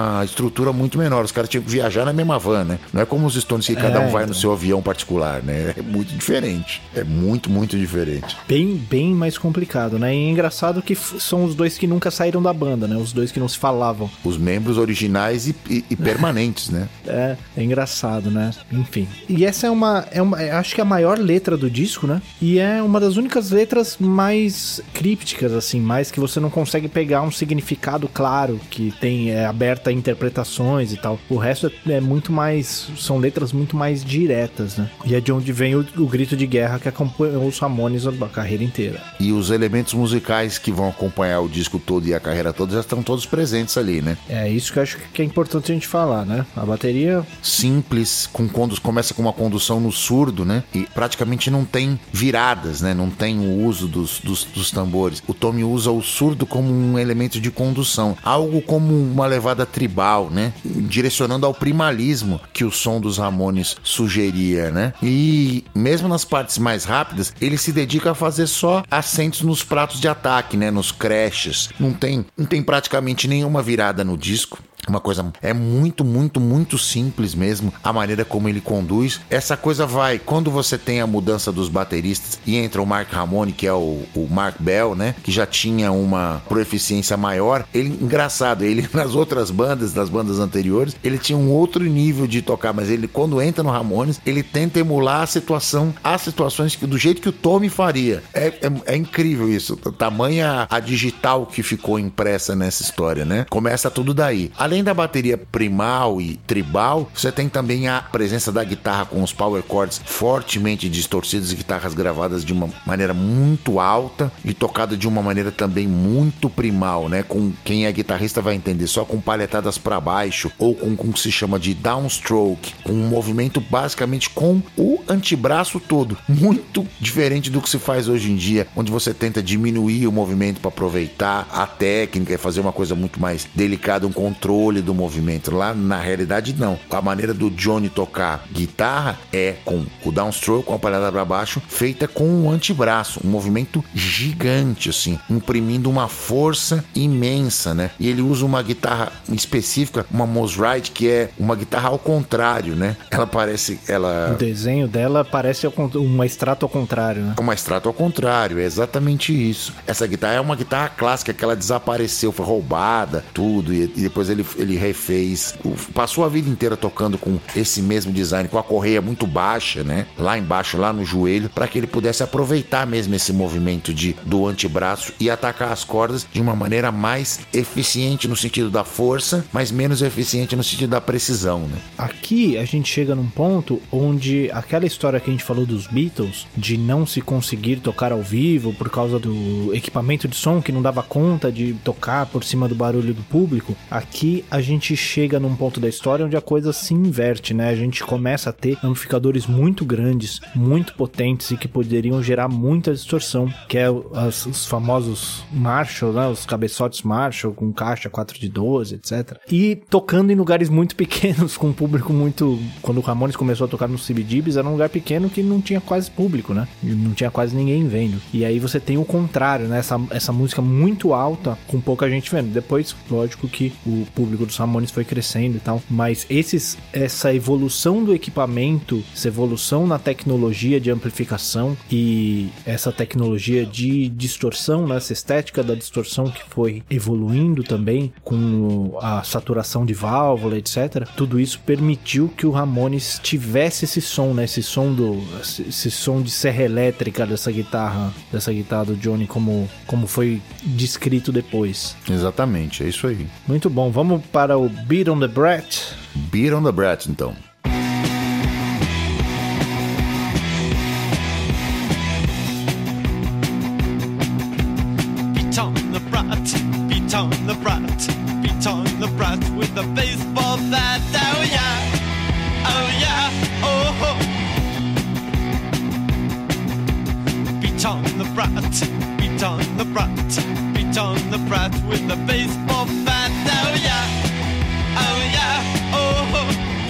uma estrutura muito menor. Os caras tinham que viajar na mesma van, né? Não é como os Stones que cada um é, vai então. no seu avião particular, né? É muito diferente. É muito, muito diferente. Bem, bem mais complicado, né? E é engraçado que f- são os dois que nunca saíram da banda, né? Os dois que não se falavam. Os membros originais e, e, e permanentes, né? É, é engraçado, né? Enfim. E essa é uma, é uma... Acho que é a maior letra do disco, né? E é uma das únicas letras mais crípticas, assim, mais que você não consegue pegar um significado claro, que tem é, aberta a interpretações e tal. O resto é, é muito mais... São letras muito mais diretas, né? E é de onde vem o, o grito de guerra que acompanhou os Ramones a carreira inteira. E os elementos musicais que vão acompanhar o disco todo e a carreira toda já estão todos presentes ali, né? É isso que eu acho que é importante a gente falar, né? A bateria... Simples, com conduz... começa com uma condução no surdo, né? E praticamente não tem viradas, né? Não tem o uso dos, dos, dos tambores. O Tommy usa o surdo como um elemento de condução, algo como uma levada tribal, né? Direcionando ao primalismo que o som dos Ramones sugeria, né? E mesmo nas partes mais rápidas, ele se dedica a fazer só acentos nos pratos de ataque, né? Nos crashes. Não tem, não tem praticamente nenhuma virada no disco. Uma coisa, é muito, muito, muito simples mesmo a maneira como ele conduz. Essa coisa vai, quando você tem a mudança dos bateristas e entra o Mark Ramone, que é o, o Mark Bell, né, que já tinha uma proeficiência maior, ele, engraçado, ele nas outras bandas, das bandas anteriores, ele tinha um outro nível de tocar, mas ele, quando entra no Ramones, ele tenta emular a situação, as situações que, do jeito que o Tommy faria. É, é, é incrível isso, tamanha a digital que ficou impressa nessa história, né? Começa tudo daí. Além da bateria primal e tribal, você tem também a presença da guitarra com os power chords fortemente distorcidos e guitarras gravadas de uma maneira muito alta e tocada de uma maneira também muito primal, né? Com quem é guitarrista vai entender, só com palhetadas para baixo ou com o que se chama de downstroke, com um movimento basicamente com o antebraço todo, muito diferente do que se faz hoje em dia, onde você tenta diminuir o movimento para aproveitar a técnica e fazer uma coisa muito mais delicada, um controle do movimento. Lá na realidade não, a maneira do Johnny tocar guitarra é com o downstroke, com a palhada para baixo, feita com o antebraço, um movimento gigante assim, imprimindo uma força imensa, né? E ele usa uma guitarra específica, uma Mosrite, que é uma guitarra ao contrário, né? Ela parece, ela... O desenho dela parece uma extrato ao contrário, né? Uma extrato ao contrário, é exatamente isso. Essa guitarra é uma guitarra clássica que ela desapareceu, foi roubada, tudo, e, e depois ele ele refez, passou a vida inteira tocando com esse mesmo design, com a correia muito baixa, né, lá embaixo, lá no joelho, para que ele pudesse aproveitar mesmo esse movimento de, do antebraço e atacar as cordas de uma maneira mais eficiente no sentido da força, mas menos eficiente no sentido da precisão, né. Aqui a gente chega num ponto onde aquela história que a gente falou dos Beatles, de não se conseguir tocar ao vivo por causa do equipamento de som que não dava conta de tocar por cima do barulho do público, aqui a gente chega num ponto da história onde a coisa se inverte, né? A gente começa a ter amplificadores muito grandes, muito potentes e que poderiam gerar muita distorção, que é os, os famosos Marshall, né? Os cabeçotes Marshall com caixa quatro de doze, etcétera. E tocando em lugares muito pequenos, com um público muito... Quando o Ramones começou a tocar no C B G B's, era um lugar pequeno que não tinha quase público, né? Não tinha quase ninguém vendo. E aí você tem o contrário, né? Essa, essa música muito alta, com pouca gente vendo. Depois, lógico que o público dos Ramones foi crescendo e tal, mas esses, essa evolução do equipamento, essa evolução na tecnologia de amplificação e essa tecnologia de distorção, né, essa estética da distorção que foi evoluindo também com a saturação de válvula, etcétera, tudo isso permitiu que o Ramones tivesse esse som, né, esse som do, esse som de serra elétrica dessa guitarra, dessa guitarra do Johnny, como, como foi descrito depois. Exatamente, é isso aí. Muito bom, vamos para o Beat on the Brat. Beat on the Brat, então. Beat on the brat, beat on the brat, beat on the brat with a baseball bat. Oh yeah, oh yeah, oh ho. Beat on the brat, beat on the brat, beat on the brat with a baseball bat. Oh yeah. Oh yeah, oh,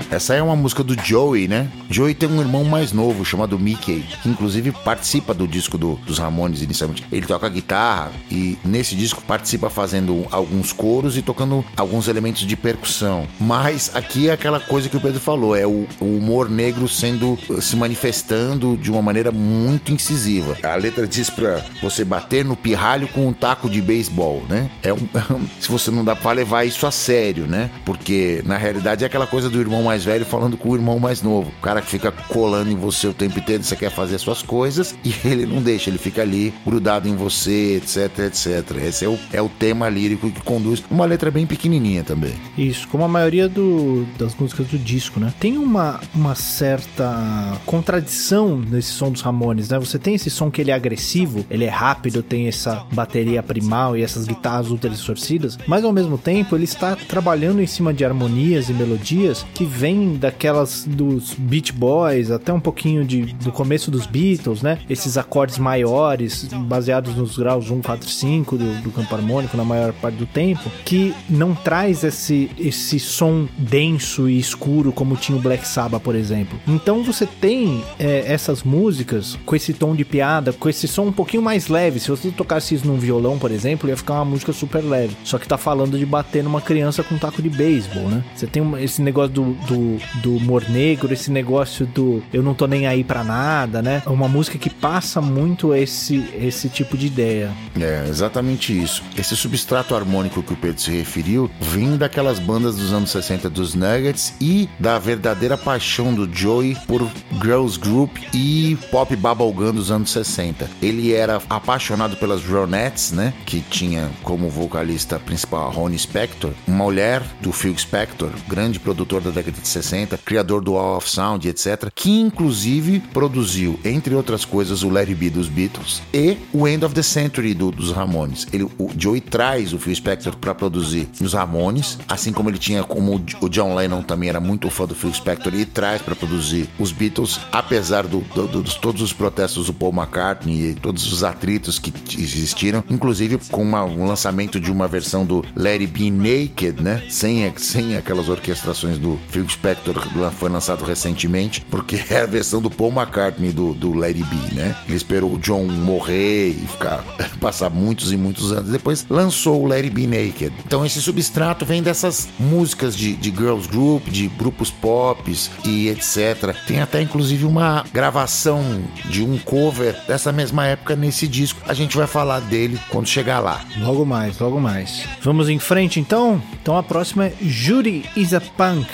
Essa é uma música do Joey, né? Joey tem um irmão mais novo chamado Mickey, que inclusive participa do disco do, dos Ramones inicialmente. Ele toca guitarra e nesse disco participa fazendo alguns coros e tocando alguns elementos de percussão. Mas aqui é aquela coisa que o Pedro falou, é o, o humor negro sendo, se manifestando de uma maneira muito incisiva. A letra diz pra você bater no pirralho com um taco de beisebol, né? É um, se você não dá pra levar isso a sério, né? Porque na realidade é aquela coisa do irmão mais velho falando com o irmão mais novo. O cara que fica colando em você o tempo inteiro, você quer fazer as suas coisas e ele não deixa, ele fica ali grudado em você, etc, etcétera. Esse é o, é o tema lírico que conduz. Uma letra bem pequenininha também. Isso, como a maioria do, das músicas do disco, né? Tem uma, uma certa contradição nesse som dos Ramones, né? Você tem esse som que ele é agressivo, ele é rápido, tem essa bateria primal e essas guitarras ultra distorcidas, mas ao mesmo tempo ele está trabalhando em cima de harmonias e melodias que vêm daquelas dos Beach Boys, até um pouquinho de, do começo dos Beatles, né? Esses acordes maiores, baseados nos graus um, quatro, cinco do, do campo harmônico na maior parte do tempo, que não traz esse, esse som denso e escuro como tinha o Black Sabbath, por exemplo. Então você tem é, essas músicas com esse tom de piada, com esse som um pouquinho mais leve. Se você tocasse isso num violão, por exemplo, ia ficar uma música super leve. Só que tá falando de bater numa criança com um taco de beisebol, né? Você tem uma, esse negócio do, do, do humor negro, esse negócio do eu não tô nem aí pra nada, né? É uma música que passa muito esse, esse tipo de ideia. É, exatamente isso. Esse substrato harmônico que o Pedro se referiu vem daquelas bandas dos anos sessenta dos Nuggets e da verdadeira paixão do Joey por girls group e pop bubblegum dos anos sessenta. Ele era apaixonado pelas Ronettes, né? Que tinha como vocalista principal a Ronnie Spector, uma mulher do Phil Spector, grande produtor da década de sessenta, criador do Wall of Sound, etcétera, que inclusive produziu, entre outras coisas, o Let It Be dos Beatles e o End of the Century do, dos Ramones. Ele, o Joey traz o Phil Spector para produzir os Ramones, assim como ele tinha, como o John Lennon também era muito fã do Phil Spector e traz para produzir os Beatles, apesar do, do, do, de todos os protestos do Paul McCartney e todos os atritos que existiram, inclusive com uma, um lançamento de uma versão do Let It Be Naked, né? Sem, sem aquelas orquestrações do Phil Spector, foi lançado recentemente, porque é a versão do Paul McCartney do, do Let It Be, né? Ele esperou o John morrer e ficar, passar muitos e muitos anos, depois lançou o Let It Be Naked. Então esse substrato vem dessas músicas de, de girls group, de grupos pop e etcétera. Tem até inclusive uma gravação de um cover dessa mesma época nesse disco. A gente vai falar dele quando chegar lá. Logo mais, logo mais. Vamos em frente então? Então a próxima é Judy is a Punk.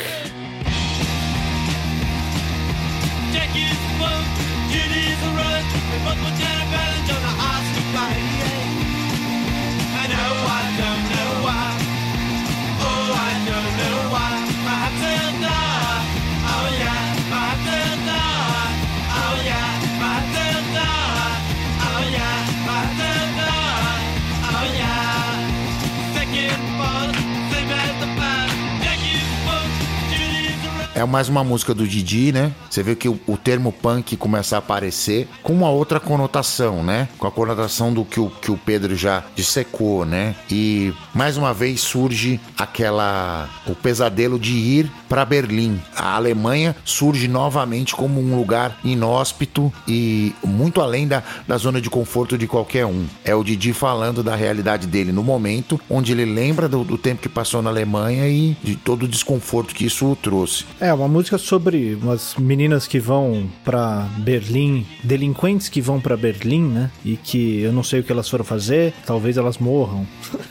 É mais uma música do Didi, né? Você vê que o, o termo punk começa a aparecer com uma outra conotação, né? Com a conotação do que o, que o Pedro já dissecou, né? E mais uma vez surge aquela... o pesadelo de ir para Berlim. A Alemanha surge novamente como um lugar inóspito e muito além da, da zona de conforto de qualquer um. É o Didi falando da realidade dele no momento, onde ele lembra do, do tempo que passou na Alemanha e de todo o desconforto que isso o trouxe. É, uma música sobre umas meninas que vão pra Berlim, delinquentes que vão pra Berlim, né? E que eu não sei o que elas foram fazer, talvez elas morram.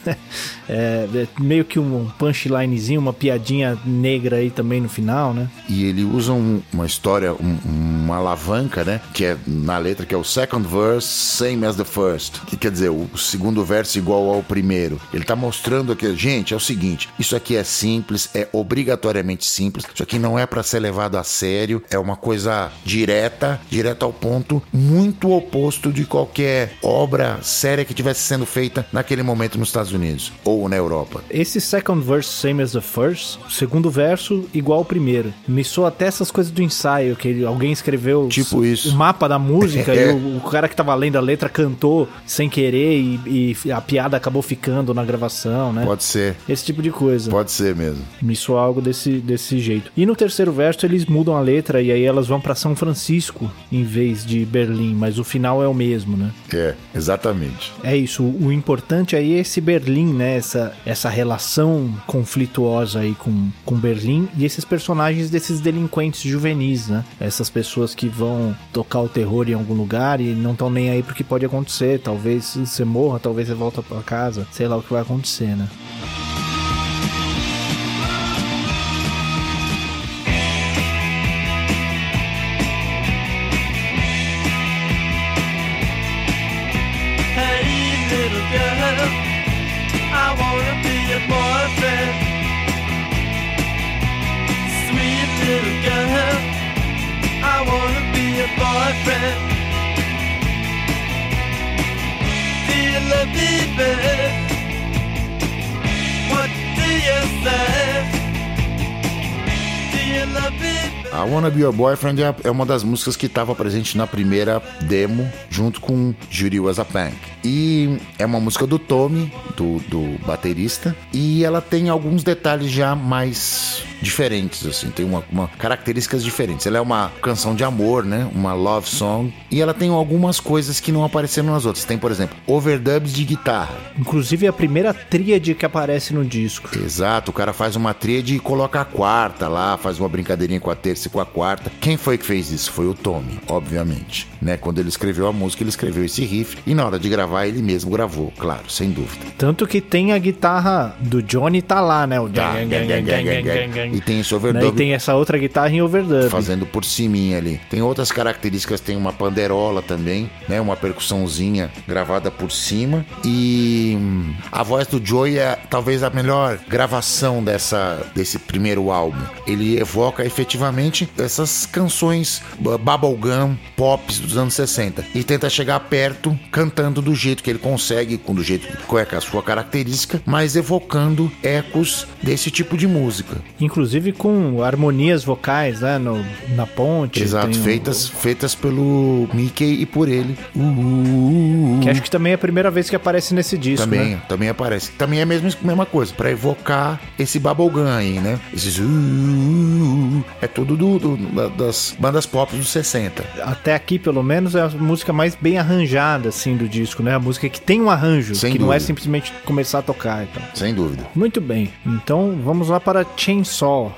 é, é meio que um punchlinezinho, uma piadinha negra aí também no final, né? E ele usa um, uma história, um, uma alavanca, né? Que é na letra, que é o second verse, same as the first. Que quer dizer, o segundo verso igual ao primeiro. Ele tá mostrando aqui, gente, é o seguinte, isso aqui é simples, é obrigatoriamente simples, isso aqui não é para ser levado a sério, é uma coisa direta, direta ao ponto, muito oposto de qualquer obra séria que tivesse sendo feita naquele momento nos Estados Unidos ou na Europa. Esse second verse, same as the first, o segundo verso igual ao primeiro. Me soa até essas coisas do ensaio, que alguém escreveu tipo isso. O mapa da música é. E o, o cara que tava lendo a letra cantou sem querer e, e a piada acabou ficando na gravação, né? Pode ser. Esse tipo de coisa. Pode ser mesmo. Me soa algo desse, desse jeito. E no terceiro verso eles mudam a letra e aí elas vão pra São Francisco em vez de Berlim, mas o final é o mesmo, né? É, exatamente. É isso, o importante aí é esse Berlim, né? Essa, essa relação conflituosa aí com, com Berlim e esses personagens desses delinquentes juvenis, né? Essas pessoas que vão tocar o terror em algum lugar e não estão nem aí pro que pode acontecer. Talvez você morra, talvez você volta pra casa, sei lá o que vai acontecer, né? I wanna be a boyfriend, sweet little girl. I wanna be a boyfriend. Do you love me, babe? What do you say? Do you love me, babe? I Wanna Be Your Boyfriend é uma das músicas que estava presente na primeira demo, junto com Judy Was a Punk. E é uma música do Tommy, do, do baterista, e ela tem alguns detalhes já mais diferentes, assim, tem uma, uma características diferentes. Ela é uma canção de amor, né, uma love song, e ela tem algumas coisas que não apareceram nas outras. Tem, por exemplo, overdubs de guitarra. Inclusive a primeira tríade que aparece no disco. Exato, o cara faz uma tríade e coloca a quarta lá, faz uma brincadeirinha com a terça e com a quarta. Quem foi que fez isso? Foi o Tommy, obviamente, né? Quando ele escreveu a música, ele escreveu esse riff e na hora de gravar ele mesmo gravou, claro, sem dúvida. Tanto que tem a guitarra do Johnny tá lá, né? O Tá, gang, gang, gang, gang, gang. E tem esse overdub. E tem essa outra guitarra em overdub. Fazendo por ciminha ali. Tem outras características, tem uma panderola também, né? Uma percussãozinha gravada por cima. E a voz do Joey é talvez a melhor gravação dessa, desse primeiro álbum. Ele evoca efetivamente essas canções bubblegum, pops dos anos sessenta. E tenta chegar perto, cantando do jeito que ele consegue, com do jeito que é a sua característica, mas evocando ecos desse tipo de música. Inclusive com harmonias vocais, né? No, na ponte. Exato, um... feitas, feitas pelo Mickey e por ele. Uh, uh, uh. Que acho que também é a primeira vez que aparece nesse disco, também, né? Também aparece. Também é a mesma, mesma coisa, pra evocar esse bubblegum aí, né? Esses uh, uh, uh. É tudo do, do, das bandas pop dos sessenta. Até aqui, pelo menos, é a música mais bem arranjada, assim, do disco, né? A música que tem um arranjo, sem que dúvida. Não é simplesmente começar a tocar. Então. Sem dúvida. Muito bem. Então, vamos lá para Chainsaw.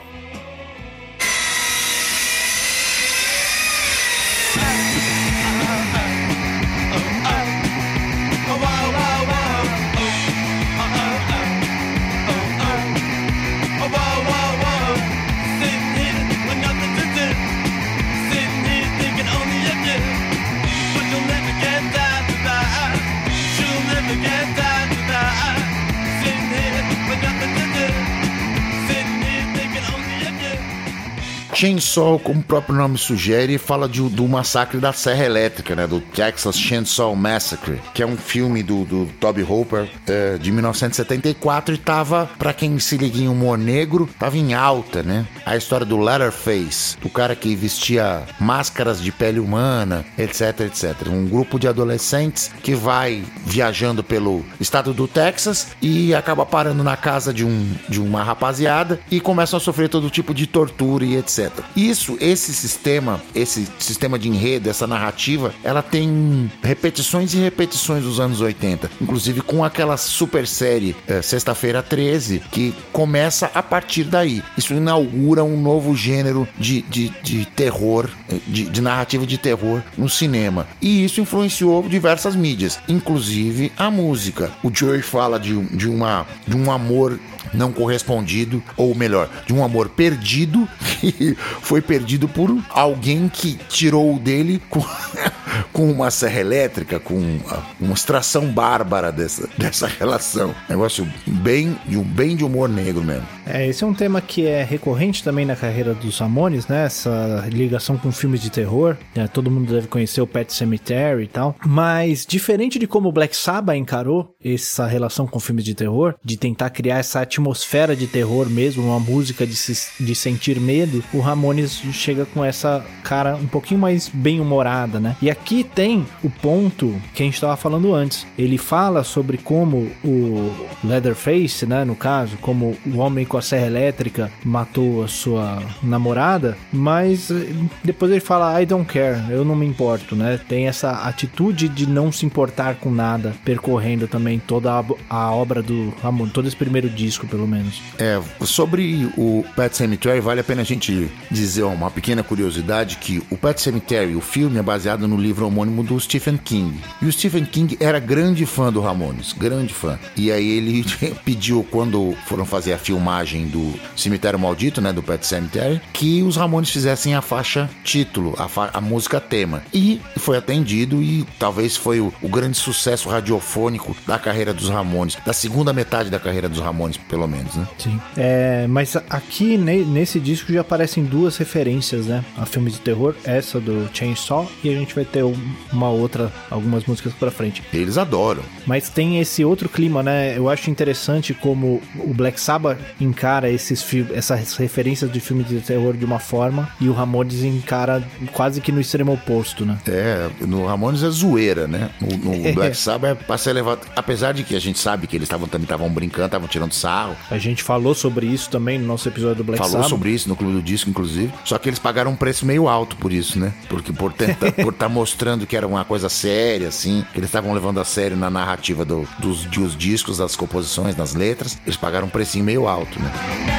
Chainsaw, como o próprio nome sugere, fala de, do massacre da Serra Elétrica, né? Do Texas Chainsaw Massacre, que é um filme do, do Tobe Hooper é, de mil novecentos e setenta e quatro e tava, pra quem se liga em humor negro, tava em alta, né? A história do Leatherface, do cara que vestia máscaras de pele humana, etc, etcétera. Um grupo de adolescentes que vai viajando pelo estado do Texas e acaba parando na casa de, um, de uma rapaziada e começam a sofrer todo tipo de tortura e etcétera. Isso, esse sistema, esse sistema de enredo, essa narrativa, ela tem repetições e repetições dos anos oitenta, inclusive com aquela super série é, Sexta-feira treze, que começa a partir daí. Isso inaugura um novo gênero de, de, de terror, de, de narrativa de terror no cinema. E isso influenciou diversas mídias, inclusive a música. O Joey fala de, de, uma, de um amor não correspondido, ou melhor, de um amor perdido, que foi perdido por alguém que tirou dele com, com uma serra elétrica, com uma extração bárbara dessa, dessa relação. Negócio bem, bem de humor negro mesmo. É, esse é um tema que é recorrente também na carreira dos Ramones, né? Essa ligação com filmes de terror. É, todo mundo deve conhecer o Pet Sematary e tal. Mas, diferente de como o Black Sabbath encarou essa relação com filmes de terror, de tentar criar essa atmosfera de terror mesmo, uma música de, se, de sentir medo, o Ramones chega com essa cara um pouquinho mais bem-humorada, né? E aqui tem o ponto que a gente estava falando antes. Ele fala sobre como o Leatherface, né, no caso, como o homem com a serra elétrica matou a sua namorada, mas depois ele fala I don't care, eu não me importo, né? Tem essa atitude de não se importar com nada, percorrendo também toda a, a obra do Ramon, todo esse primeiro disco, pelo menos. É, sobre o Pet Sematary, vale a pena a gente dizer uma pequena curiosidade, que o Pet Sematary, o filme, é baseado no livro homônimo do Stephen King. E o Stephen King era grande fã do Ramones, grande fã. E aí ele pediu, quando foram fazer a filmagem do Cemitério Maldito, né, do Pet Sematary, que os Ramones fizessem a faixa título, a, fa- a música tema. E foi atendido e talvez foi o, o grande sucesso radiofônico da carreira dos Ramones, da segunda metade da carreira dos Ramones, pelo menos, né? Sim. É, mas aqui ne- nesse disco já aparecem duas referências, né, a filmes de terror, essa do Chainsaw, e a gente vai ter um, uma outra, algumas músicas pra frente. Eles adoram. Mas tem esse outro clima, né? Eu acho interessante como o Black Sabbath encara esses fi- essas referências de filmes de terror de uma forma e o Ramones encara quase que no extremo oposto, né? É, no Ramones é zoeira, né? No, no Black Sabbath é pra ser levado... Apesar de que a gente sabe que eles tavam, também estavam brincando, estavam tirando sarro. A gente falou sobre isso também no nosso episódio do Black Falou Sabbath. sobre isso no Clube do Disco, inclusive. Só que eles pagaram um preço meio alto por isso, né? Porque por tentar, por estar mostrando que era uma coisa séria, assim, que eles estavam levando a sério na narrativa do, dos, dos discos, das composições, das letras, eles pagaram um precinho meio alto, né?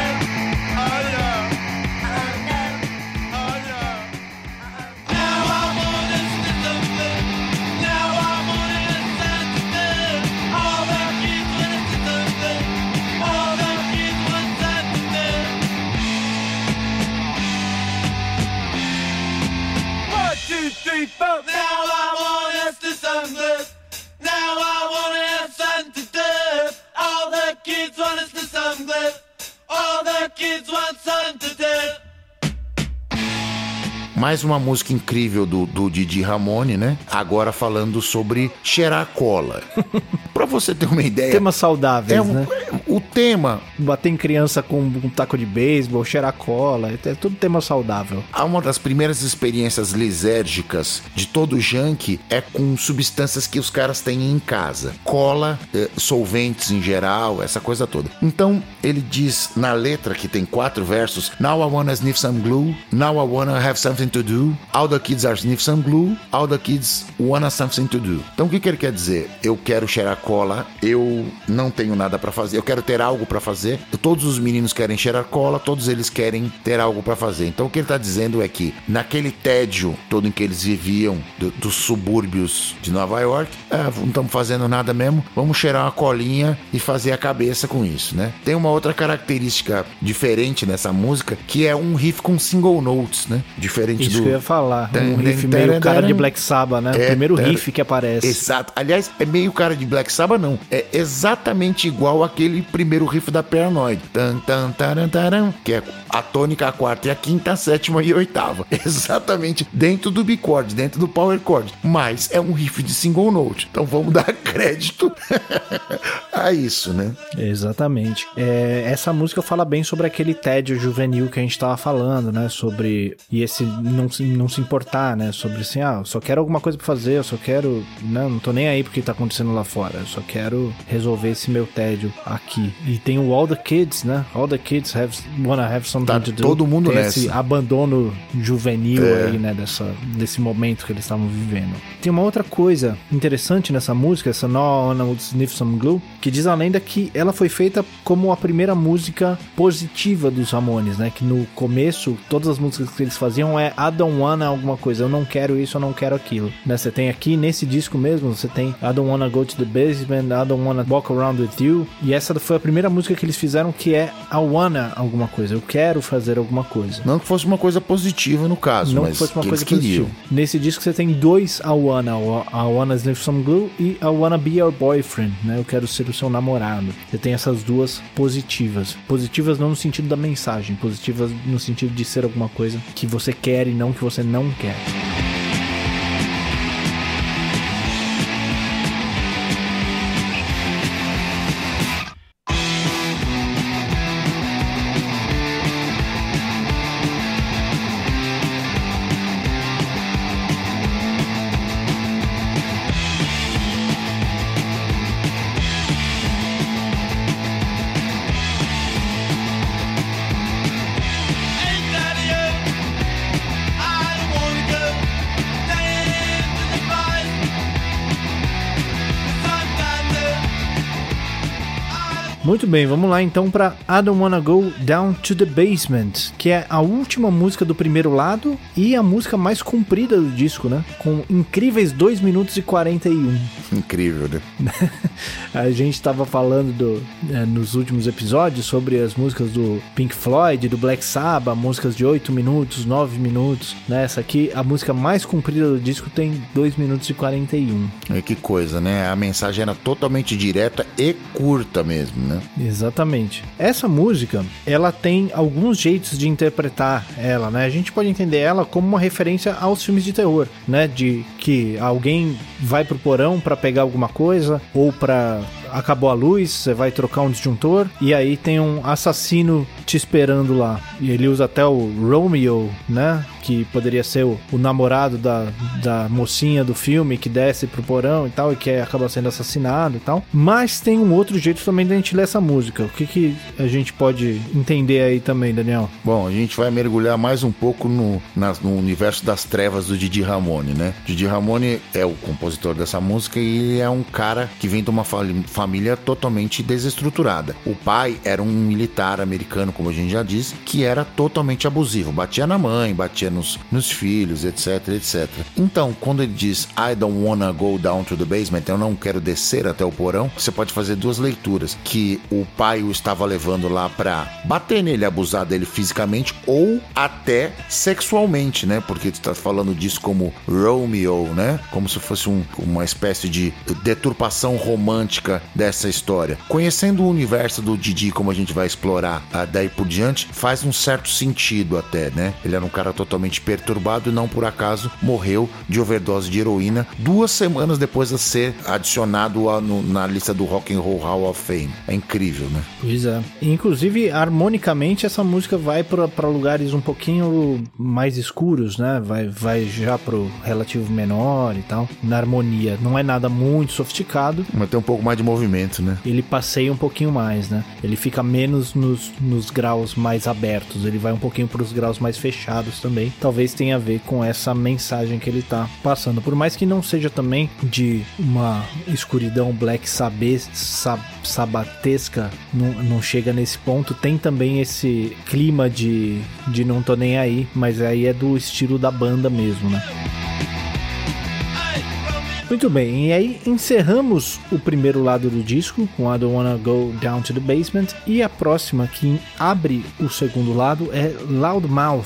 Mais uma música incrível do, do Didi Ramone, né? Agora falando sobre cheirar cola. Pra você ter uma ideia... Temas saudáveis, é um, né? O tema... Bater em criança com um taco de beisebol, cheirar cola, é tudo tema saudável. Uma das primeiras experiências lisérgicas de todo junk é com substâncias que os caras têm em casa. Cola, eh, solventes em geral, essa coisa toda. Então, ele diz na letra, que tem quatro versos: Now I wanna sniff some glue, now I wanna have something to do, all the kids are sniff some glue, all the kids wanna something to do. Então, o que, que ele quer dizer? Eu quero cheirar cola, eu não tenho nada pra fazer, eu quero ter algo pra fazer. Todos os meninos querem cheirar cola, todos eles querem ter algo pra fazer. Então, o que ele tá dizendo é que naquele tédio todo em que eles viviam, do, dos subúrbios de Nova York, é, não estamos fazendo nada mesmo, vamos cheirar uma colinha e fazer a cabeça com isso, né? Tem uma outra característica diferente nessa música, que é um riff com single notes, né? Diferente Isso do... que eu ia falar, um riff meio cara de Black Sabbath, né? É, o primeiro é, riff que aparece. Exato. Aliás, é meio cara de Black Sabbath, não. É exatamente igual aquele primeiro riff da Paranoid. Tan, tan, taran, taran, que é a tônica, a quarta e a quinta, a sétima e a oitava. Exatamente dentro do B-chord, dentro do power chord. Mas é um riff de single note. Então vamos dar crédito a isso, né? Exatamente. É, essa música fala bem sobre aquele tédio juvenil que a gente tava falando, né? Sobre... E esse não se, não se importar, né? Sobre assim, ah, eu só quero alguma coisa pra fazer, eu só quero... Não, não tô nem aí porque tá acontecendo lá fora. Eu só quero resolver esse meu tédio aqui. E tem o All the Kids, né? All the Kids have, wanna have something Tá to do. todo mundo tem nessa. esse abandono juvenil É. aí, né? Dessa, desse momento que eles estavam vivendo. Tem uma outra coisa interessante nessa música, essa No One Would Sniff Some Glue, que diz a lenda que ela foi feita como a primeira música positiva dos Ramones, né? Que no começo, todas as músicas que eles faziam é I don't wanna alguma coisa, eu não quero isso, eu não quero aquilo, né? Você tem aqui, nesse disco mesmo, você tem I don't wanna go to the basement, I don't wanna walk around with you, e essa foi a primeira música que eles fizeram, que é I wanna alguma coisa, eu quero fazer alguma coisa. Não que fosse uma coisa positiva no caso, Não mas que fosse uma que coisa eles queriam. positiva. Nesse disco você tem dois I wanna, o I wanna sniff some glue e I wanna be your boyfriend, né? Eu quero ser o seu namorado. Você tem essas duas positivas. Positivas não no sentido da mensagem, positivas no sentido de ser alguma coisa que você quer e não que você não quer. Muito bem, vamos lá então para I Don't Wanna Go Down to the Basement, que é a última música do primeiro lado e a música mais comprida do disco, né? Com incríveis dois minutos e quarenta e um. Incrível, né? A gente estava falando do, é, nos últimos episódios sobre as músicas do Pink Floyd, do Black Sabbath, músicas de oito minutos, nove minutos, né? Essa aqui, a música mais comprida do disco, tem dois minutos e quarenta e um. E que coisa, né? A mensagem era totalmente direta e curta mesmo, né? Exatamente. Essa música, ela tem alguns jeitos de interpretar ela, né? A gente pode entender ela como uma referência aos filmes de terror, né? De que alguém vai pro porão pra pegar alguma coisa ou pra... acabou a luz, você vai trocar um disjuntor e aí tem um assassino te esperando lá. E ele usa até o Romeo, né? Que poderia ser o, o namorado da, da mocinha do filme que desce pro porão e tal, e que acaba sendo assassinado e tal. Mas tem um outro jeito também da gente ler essa música. O que, que a gente pode entender aí também, Daniel? Bom, a gente vai mergulhar mais um pouco no, na, no universo das trevas do Didi Ramone, né? Didi Ramone é o compositor dessa música e ele é um cara que vem de uma família família totalmente desestruturada. O pai era um militar americano, como a gente já disse, que era totalmente abusivo. Batia na mãe, batia nos, nos filhos, etc, etcétera. Então, quando ele diz I don't wanna go down to the basement, eu não quero descer até o porão, você pode fazer duas leituras. Que o pai o estava levando lá pra bater nele, abusar dele fisicamente ou até sexualmente, né? Porque tu tá falando disso como Romeo, né? Como se fosse um, uma espécie de deturpação romântica dessa história. Conhecendo o universo do Didi, como a gente vai explorar ah, daí por diante, faz um certo sentido até, né? Ele era um cara totalmente perturbado e não por acaso morreu de overdose de heroína duas semanas depois de ser adicionado a, no, na lista do Rock and Roll Hall of Fame. É incrível, né? Pois é. Inclusive, harmonicamente, essa música vai para lugares um pouquinho mais escuros, né? Vai, vai já pro relativo menor e tal. Na harmonia. Não é nada muito sofisticado. Mas tem um pouco mais de movimento, né? Ele passeia um pouquinho mais, né? Ele fica menos nos, nos graus mais abertos, ele vai um pouquinho para os graus mais fechados também. Talvez tenha a ver com essa mensagem que ele tá passando. Por mais que não seja também de uma escuridão black sabe, sab, sabatesca, não, não chega nesse ponto. Tem também esse clima de, de não tô nem aí, mas aí é do estilo da banda mesmo, né? Muito bem, e aí encerramos o primeiro lado do disco com I Don't Wanna Go Down to the Basement, e a próxima que abre o segundo lado é Loudmouth.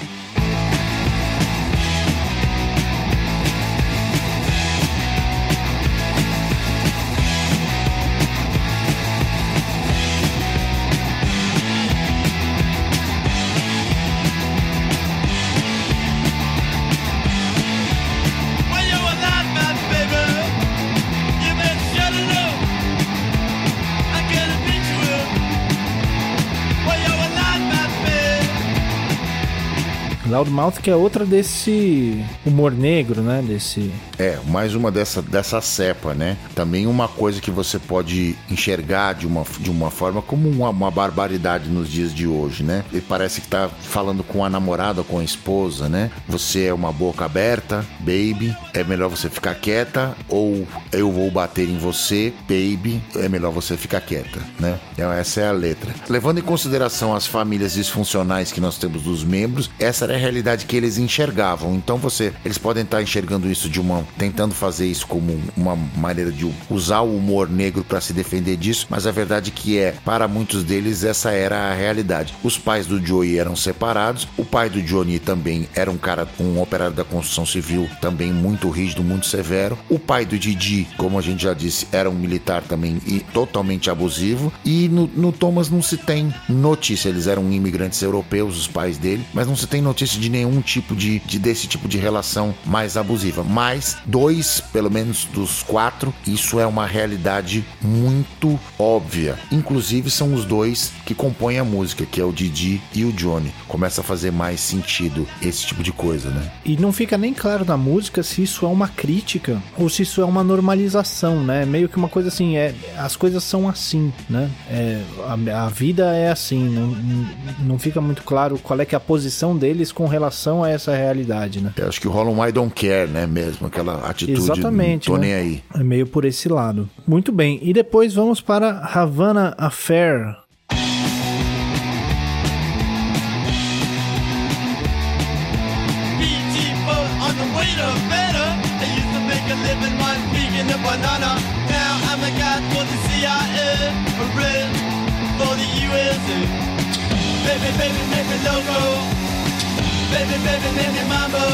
Loudmouth, que é outra desse humor negro, né? Desse... É, mais uma dessa, dessa cepa, né? Também uma coisa que você pode enxergar de uma, de uma forma como uma, uma barbaridade nos dias de hoje, né? Ele parece que tá falando com a namorada, com a esposa, né? Você é uma boca aberta, baby, é melhor você ficar quieta, ou eu vou bater em você, baby, é melhor você ficar quieta, né? Então essa é a letra. Levando em consideração as famílias disfuncionais que nós temos dos membros, essa era a realidade que eles enxergavam. Então você, eles podem estar enxergando isso de uma, tentando fazer isso como uma maneira de usar o humor negro para se defender disso, mas a verdade que é, para muitos deles essa era a realidade. Os pais do Joey eram separados, o pai do Johnny também era um cara, um operário da construção civil, também muito rígido, muito severo. O pai do Didi, como a gente já disse, era um militar também e totalmente abusivo. E no, no Thomas não se tem notícia, eles eram imigrantes europeus, os pais dele, mas não se tem notícia de nenhum tipo de, de desse tipo de relação mais abusiva. Mas dois, pelo menos dos quatro, isso é uma realidade muito óbvia. Inclusive são os dois que compõem a música, que é o Didi e o Johnny. Começa a fazer mais sentido esse tipo de coisa, né? E não fica nem claro na música se isso é uma crítica ou se isso é uma normalização, né? Meio que uma coisa assim, é, as coisas são assim, né? É, a, a vida é assim, não, não fica muito claro qual é que é a posição deles com com relação a essa realidade, né? Eu acho que rola um I don't care, né, mesmo, aquela atitude. Exatamente, não tô né? nem aí. É meio por esse lado. Muito bem, e depois vamos para Havana Affair. B T boat on the way to better. I used to make a living one vegan a banana. Now I'm a guy for the C I A, a red for the U S A. Baby, baby, make me loco. Baby, baby, make me mambo.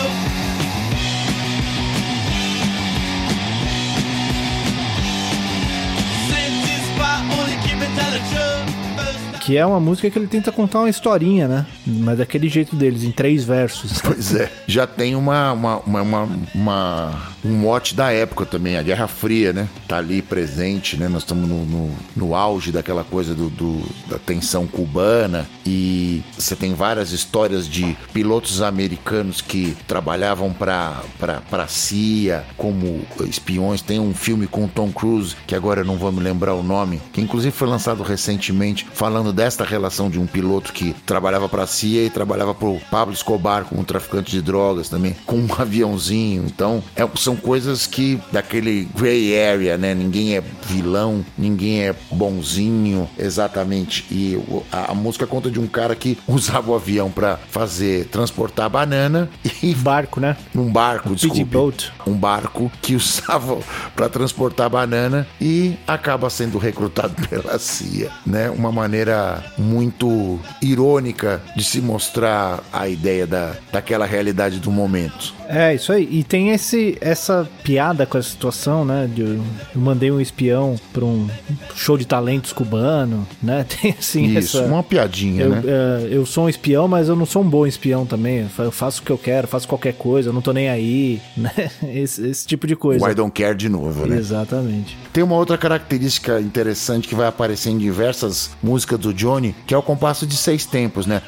Safety spot, only keep it tell the truth. Que é uma música que ele tenta contar uma historinha, né? Mas daquele jeito deles, em três versos. Pois é, já tem uma, uma, uma, uma, uma- um mote da época também, a Guerra Fria, né? Tá ali presente, né? Nós estamos no, no, no auge daquela coisa do, do- da tensão cubana e você tem várias histórias de pilotos americanos que trabalhavam para para a C I A como espiões. Tem um filme com o Tom Cruise, que agora eu não vou me lembrar o nome, que inclusive foi lançado recentemente, falando desta relação de um piloto que trabalhava para a C I A e trabalhava para o Pablo Escobar como traficante de drogas também, com um aviãozinho. Então, é- são coisas que daquele gray area, né? Ninguém é vilão, ninguém é bonzinho, exatamente. E o- a, a música conta de um cara que usava o avião para fazer, transportar banana e Barco, né? um barco, desculpe. boat. Um barco que usava para transportar banana e acaba sendo recrutado pela C I A, né? Uma maneira muito irônica de se mostrar a ideia da, daquela realidade do momento. É, isso aí. E tem esse, essa piada com a situação, né? De, eu mandei um espião pra um show de talentos cubano, né? Tem assim Isso, essa... uma piadinha, Eu, né? é, eu sou um espião, mas eu não sou um bom espião também. Eu fa- Eu faço o que eu quero, faço qualquer coisa, eu não tô nem aí, né? Esse, esse tipo de coisa. Why don't care de novo, né? Exatamente. Tem uma outra característica interessante que vai aparecer em diversas músicas do Johnny, que é o compasso de seis tempos, né?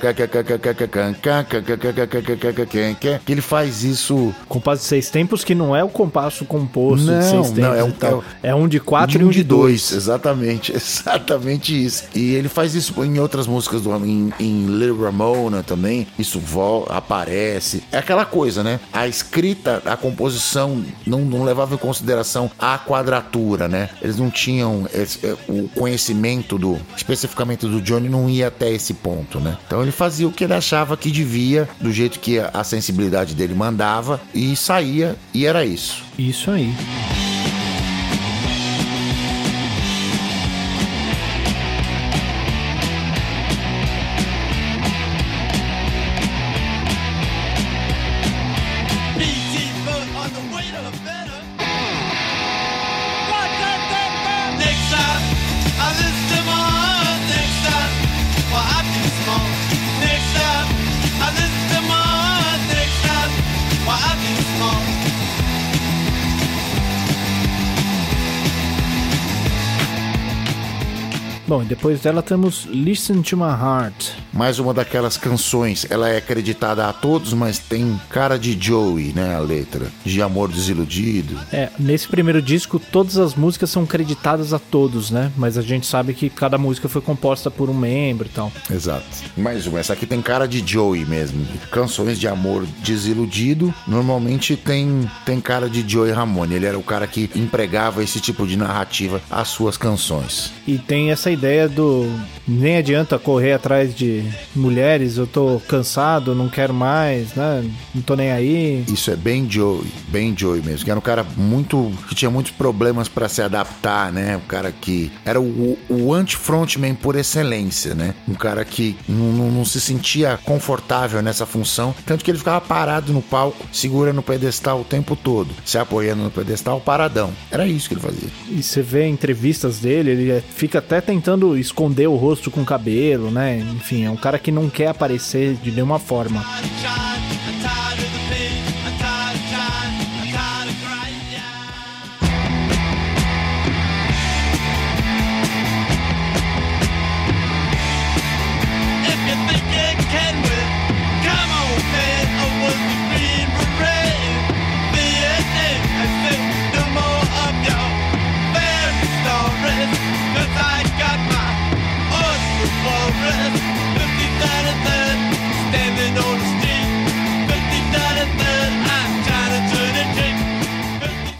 Que ele faz isso... Compasso de seis tempos, que não é o compasso composto Não, de seis tempos não, é um- e tal. é É um de quatro de e um de dois. Exatamente, exatamente isso. E ele faz isso em outras músicas, do, em, em Little Ramona também, isso vol, aparece. É aquela coisa, né? A escrita, a composição não, não levava em consideração a quadratura, né? Eles não tinham esse- é, o conhecimento do, especificamente do Johnny, não ia até esse ponto, né? Então ele fazia o que ele achava que devia, do jeito que a, a sensibilidade dele mandava, e saía, e era isso. Isso aí. B T boat on the way to better. Next time, I listen to my heart. Next time, well, I feel small. Next time, I listen to my heart. Next time, well, I feel small. Bom, e depois dela temos Listen to My Heart. Mais uma daquelas canções, ela é acreditada a todos, mas tem cara de Joey, né, a letra, de amor desiludido. É, nesse primeiro disco, todas as músicas são creditadas a todos, né? Mas a gente sabe que cada música foi composta por um membro e tal. Exato. Mais uma, essa aqui tem cara de Joey mesmo. Canções de amor desiludido, normalmente tem, tem cara de Joey Ramone. Ele era o cara que empregava esse tipo de narrativa às suas canções. E tem essa ideia do nem adianta correr atrás de mulheres, eu tô cansado, não quero mais, né? Não tô nem aí. Isso é bem Joey, bem Joey mesmo. Que era um cara muito, que tinha muitos problemas pra se adaptar, né? Um cara que era o, o anti-frontman por excelência, né? Um cara que não, não, não se sentia confortável nessa função, tanto que ele ficava parado no palco, segurando o pedestal o tempo todo, se apoiando no pedestal, paradão. Era isso que ele fazia. E você vê entrevistas dele, ele é- fica até tentando esconder o rosto com cabelo, né? Enfim, é um cara que não quer aparecer de nenhuma forma. I'm tired, I'm tired of the pain. I'm tired of trying, I'm tired of crying, yeah. If you think you can win, come on, man. I was the Green Beret in Vietnam. I think no more of your fairy stories, 'cause I got my own forest. Fifty-third and third, standing on the street.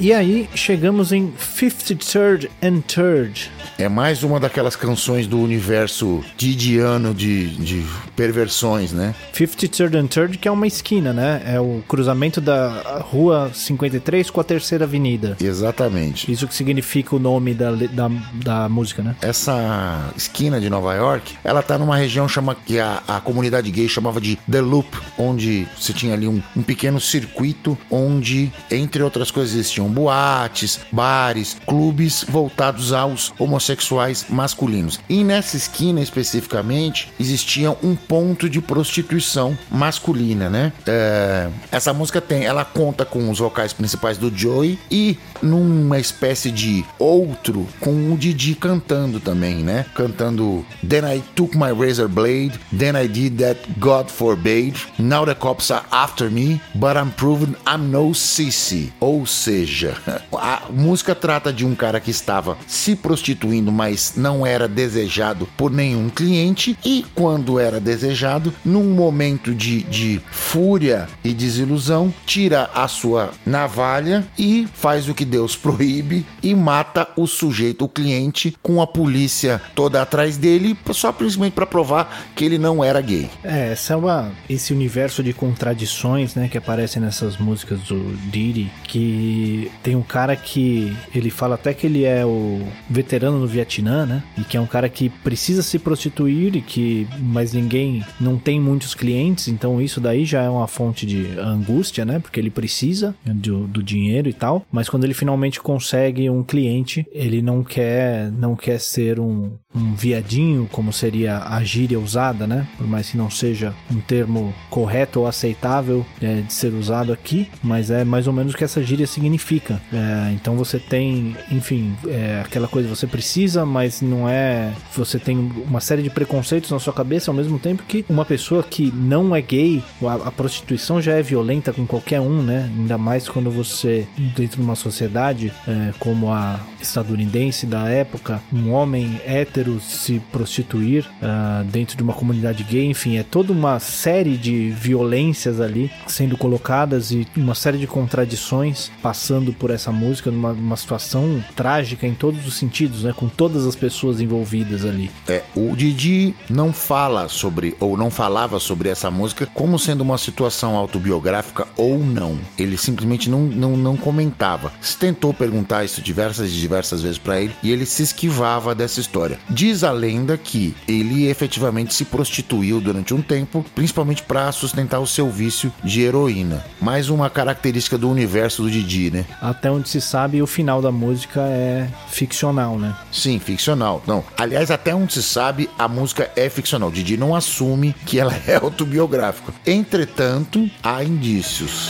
E aí chegamos em fifty-third and third. É mais uma daquelas canções do universo didiano de, de perversões, né? fifty-third and third, que é uma esquina, né? É o cruzamento da Rua cinquenta e três com a Terceira Avenida. Exatamente. Isso que significa o nome da, da, da música, né? Essa esquina de Nova York, ela tá numa região chama, que a, a comunidade gay chamava de The Loop, onde você tinha ali um, um pequeno circuito onde, entre outras coisas, existiam boates, bares, clubes voltados aos homossexuais masculinos. E nessa esquina, especificamente, existia um ponto de prostituição masculina, né? É, essa música tem, ela conta com os vocais principais do Joey e numa espécie de outro com o Didi cantando também, né? Cantando Then I took my razor blade, then I did that God forbade, now the cops are after me, but I'm proven I'm no sissy. Ou seja, a música trata de um cara que estava se prostituindo, mas não era desejado por nenhum cliente, e quando era desejado, num momento de, de fúria e desilusão, tira a sua navalha e faz o que Deus proíbe e mata o sujeito, o cliente, com a polícia toda atrás dele, só principalmente para provar que ele não era gay. É, essa é uma, esse universo de contradições, né, que aparecem nessas músicas do Diddy, que tem um cara que ele fala até que ele é o veterano no Vietnã, né, e que é um cara que precisa se prostituir e que, mas ninguém, não tem muitos clientes, então isso daí já é uma fonte de angústia, né, porque ele precisa do, do dinheiro e tal, mas quando ele finalmente consegue um cliente, ele não quer, não quer ser um, um viadinho, como seria a gíria usada, né, por mais que não seja um termo correto ou aceitável é, de ser usado aqui, mas é mais ou menos o que essa gíria significa. É, então você tem, enfim, é, aquela coisa, você precisa, mas não é, você tem uma série de preconceitos na sua cabeça, ao mesmo tempo que uma pessoa que não é gay, a, a prostituição já é violenta com qualquer um, né, ainda mais quando você, dentro de uma sociedade é, como a estadunidense da época, um homem hétero se prostituir uh, dentro de uma comunidade gay, enfim, é toda uma série de violências ali sendo colocadas e uma série de contradições passando por essa música numa uma situação trágica em todos os sentidos, né, com todas as pessoas envolvidas ali. É, o Didi não fala sobre, ou não falava sobre essa música como sendo uma situação autobiográfica ou não. Ele simplesmente não, não, não comentava. Se tentou perguntar isso diversas e diversas vezes pra ele e ele se esquivava dessa história. Diz a lenda que ele efetivamente se prostituiu durante um tempo, principalmente para sustentar o seu vício de heroína. Mais uma característica do universo do Didi, né? Até onde se sabe, o final da música é ficcional, né? Sim, ficcional. Não, aliás, até onde se sabe, a música é ficcional. O Didi não assume que ela é autobiográfica. Entretanto, há indícios.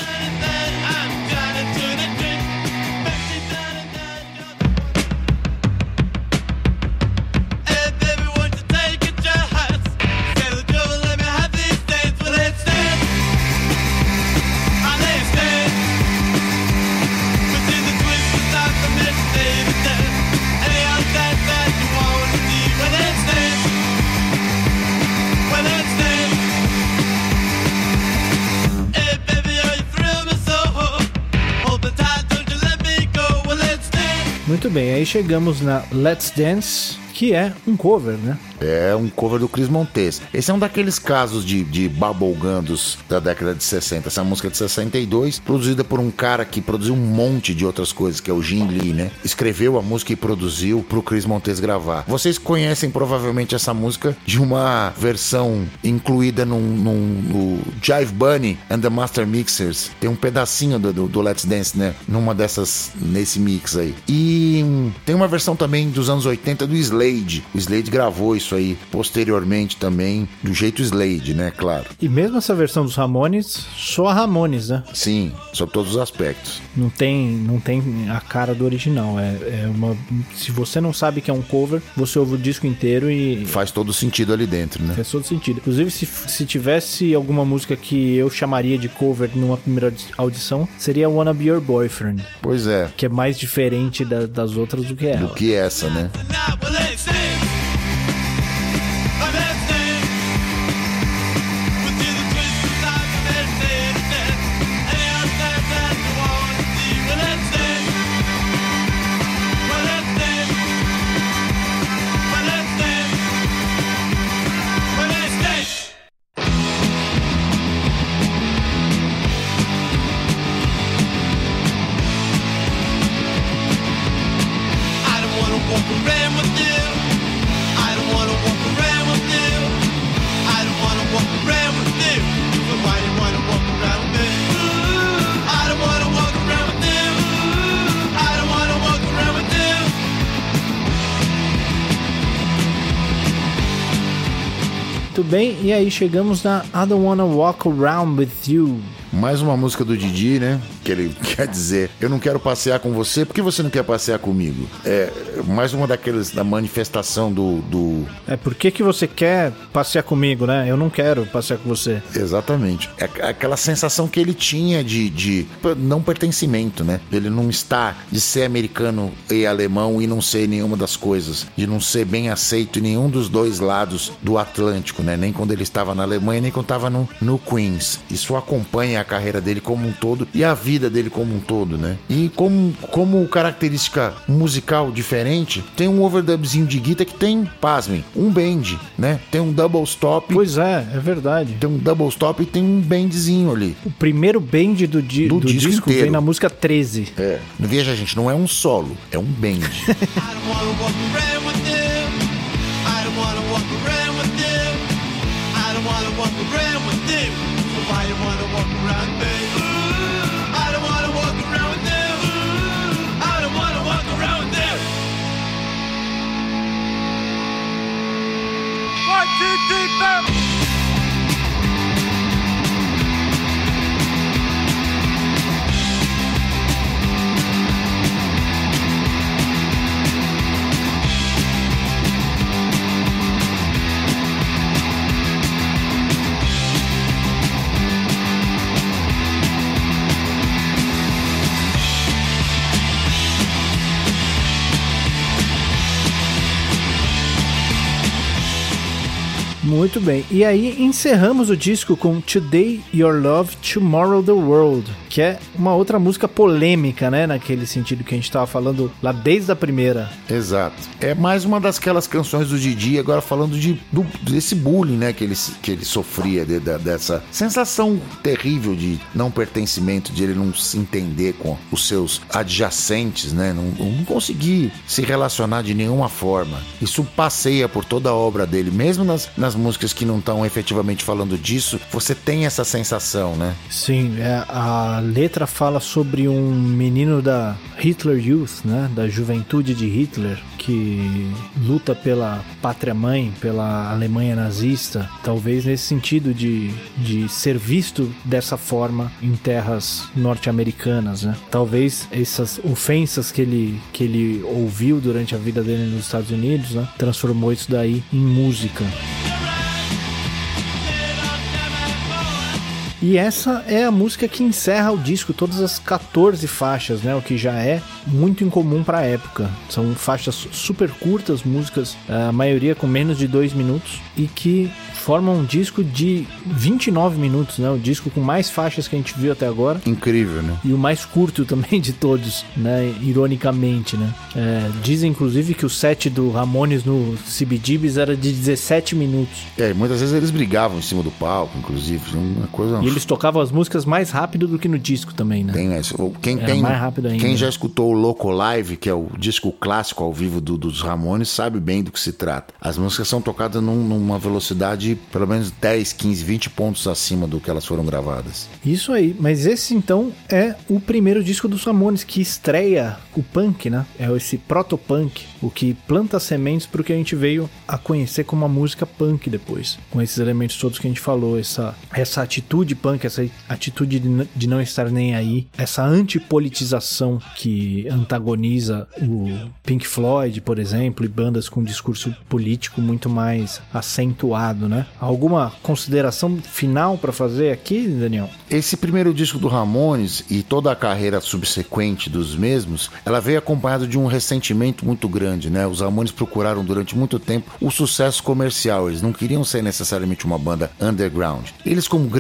Muito bem, aí chegamos na Let's Dance, que é um cover, né? É um cover do Chris Montes. Esse é um daqueles casos de, de bubblegum dos, da década de sessenta. Essa música é de sessenta e dois, produzida por um cara que produziu um monte de outras coisas, que é o Jim Lee, né? Escreveu a música e produziu pro Chris Montes gravar. Vocês conhecem provavelmente essa música de uma versão incluída num, num, no Jive Bunny and the Master Mixers. Tem um pedacinho do, do, do Let's Dance, né? Numa dessas, nesse mix aí. E hum, tem uma versão também dos anos oitenta do Slade. O Slade gravou isso aí posteriormente também, do jeito Slade, né, claro. E mesmo essa versão dos Ramones, só a Ramones, né? Sim, sob todos os aspectos. Não tem, não tem a cara do original, é, é uma... Se você não sabe que é um cover, você ouve o disco inteiro e... Faz todo sentido ali dentro, né? Faz todo sentido. Inclusive, se, se tivesse alguma música que eu chamaria de cover numa primeira audição, seria Wanna Be Your Boyfriend. Pois é. Que é mais diferente da, das outras do que ela. Do que essa, né? walk around with you. I don't wanna walk around with you. I don't wanna walk around with you. So why do you wanna walk around with me? I don't wanna walk around with you. I don't wanna walk around with you. Muito bem, e aí chegamos na I Don't Wanna Walk Around With You. Mais uma música do Didi, né? Que ele quer dizer, eu não quero passear com você, por que você não quer passear comigo? É mais uma daqueles, da manifestação do... do... É, por que que você quer passear comigo, né? Eu não quero passear com você. Exatamente. É aquela sensação que ele tinha de, de não pertencimento, né? Ele não está, de ser americano e alemão e não ser nenhuma das coisas. De não ser bem aceito em nenhum dos dois lados do Atlântico, né? Nem quando ele estava na Alemanha, nem quando estava no, no Queens. Isso acompanha a carreira dele como um todo e a vida dele como um todo, né? E como, como característica musical diferente, tem um overdubzinho de guitarra que tem, pasmem, um bend, né? Tem um double stop. Pois é, é verdade. Tem um double stop e tem um bendzinho ali. O primeiro bend do, di- do, do disco, disco inteiro. vem na música treze. É. Veja, gente, não é um solo, é um bend. I don't wanna walk around with you. I don't wanna walk around with you. I don't wanna walk around with you. So why you wanna walk around me? I don't wanna walk around with you. I don't wanna walk around with you. One, two, three, four. Muito bem, e aí encerramos o disco com Today Your Love, Tomorrow the World, que é uma outra música polêmica, né, naquele sentido que a gente tava falando lá desde a primeira. Exato. É mais uma daquelas canções do Didi, agora falando de, do, desse bullying, né, que ele, que ele sofria, de, de, dessa sensação terrível de não pertencimento, de ele não se entender com os seus adjacentes, né, não, não conseguir se relacionar de nenhuma forma. Isso passeia por toda a obra dele, mesmo nas, nas músicas que não estão efetivamente falando disso, você tem essa sensação, né? Sim, é, a letra fala sobre um menino da Hitler Youth, né, da juventude de Hitler, que luta pela pátria-mãe, pela Alemanha nazista, talvez nesse sentido de, de ser visto dessa forma em terras norte-americanas, né? Talvez essas ofensas que ele, que ele ouviu durante a vida dele nos Estados Unidos, né, transformou isso daí em música. E essa é a música que encerra o disco, todas as catorze faixas, né? O que já é muito incomum para a época. São faixas super curtas, músicas, a maioria com menos de dois minutos, e que formam um disco de vinte e nove minutos, né? O disco com mais faixas que a gente viu até agora. Incrível, né? E o mais curto também de todos, né? Ironicamente, né? É, dizem, inclusive, que o set do Ramones no C B G B's era de dezessete minutos. É, muitas vezes eles brigavam em cima do palco, inclusive. Uma coisa... E eles tocavam as músicas mais rápido do que no disco também, né? Tem isso. Quem, Era tem, mais rápido ainda. Quem já escutou o Loco Live, que é o disco clássico ao vivo do, dos Ramones, sabe bem do que se trata. As músicas são tocadas num, numa velocidade pelo menos dez, quinze, vinte pontos acima do que elas foram gravadas. Isso aí, mas esse então é o primeiro disco dos Ramones que estreia o punk, né? É esse proto-punk, o que planta sementes para o que a gente veio a conhecer como a música punk depois, com esses elementos todos que a gente falou, essa, essa atitude punk, essa atitude de, de não estar nem aí, essa antipolitização que antagoniza o Pink Floyd, por exemplo, e bandas com discurso político muito mais acentuado, né? Alguma consideração final para fazer aqui, Daniel? Esse primeiro disco do Ramones e toda a carreira subsequente dos mesmos, ela veio acompanhada de um ressentimento muito grande, né? Os Ramones procuraram durante muito tempo o sucesso comercial, eles não queriam ser necessariamente uma banda underground. Eles, como grande influência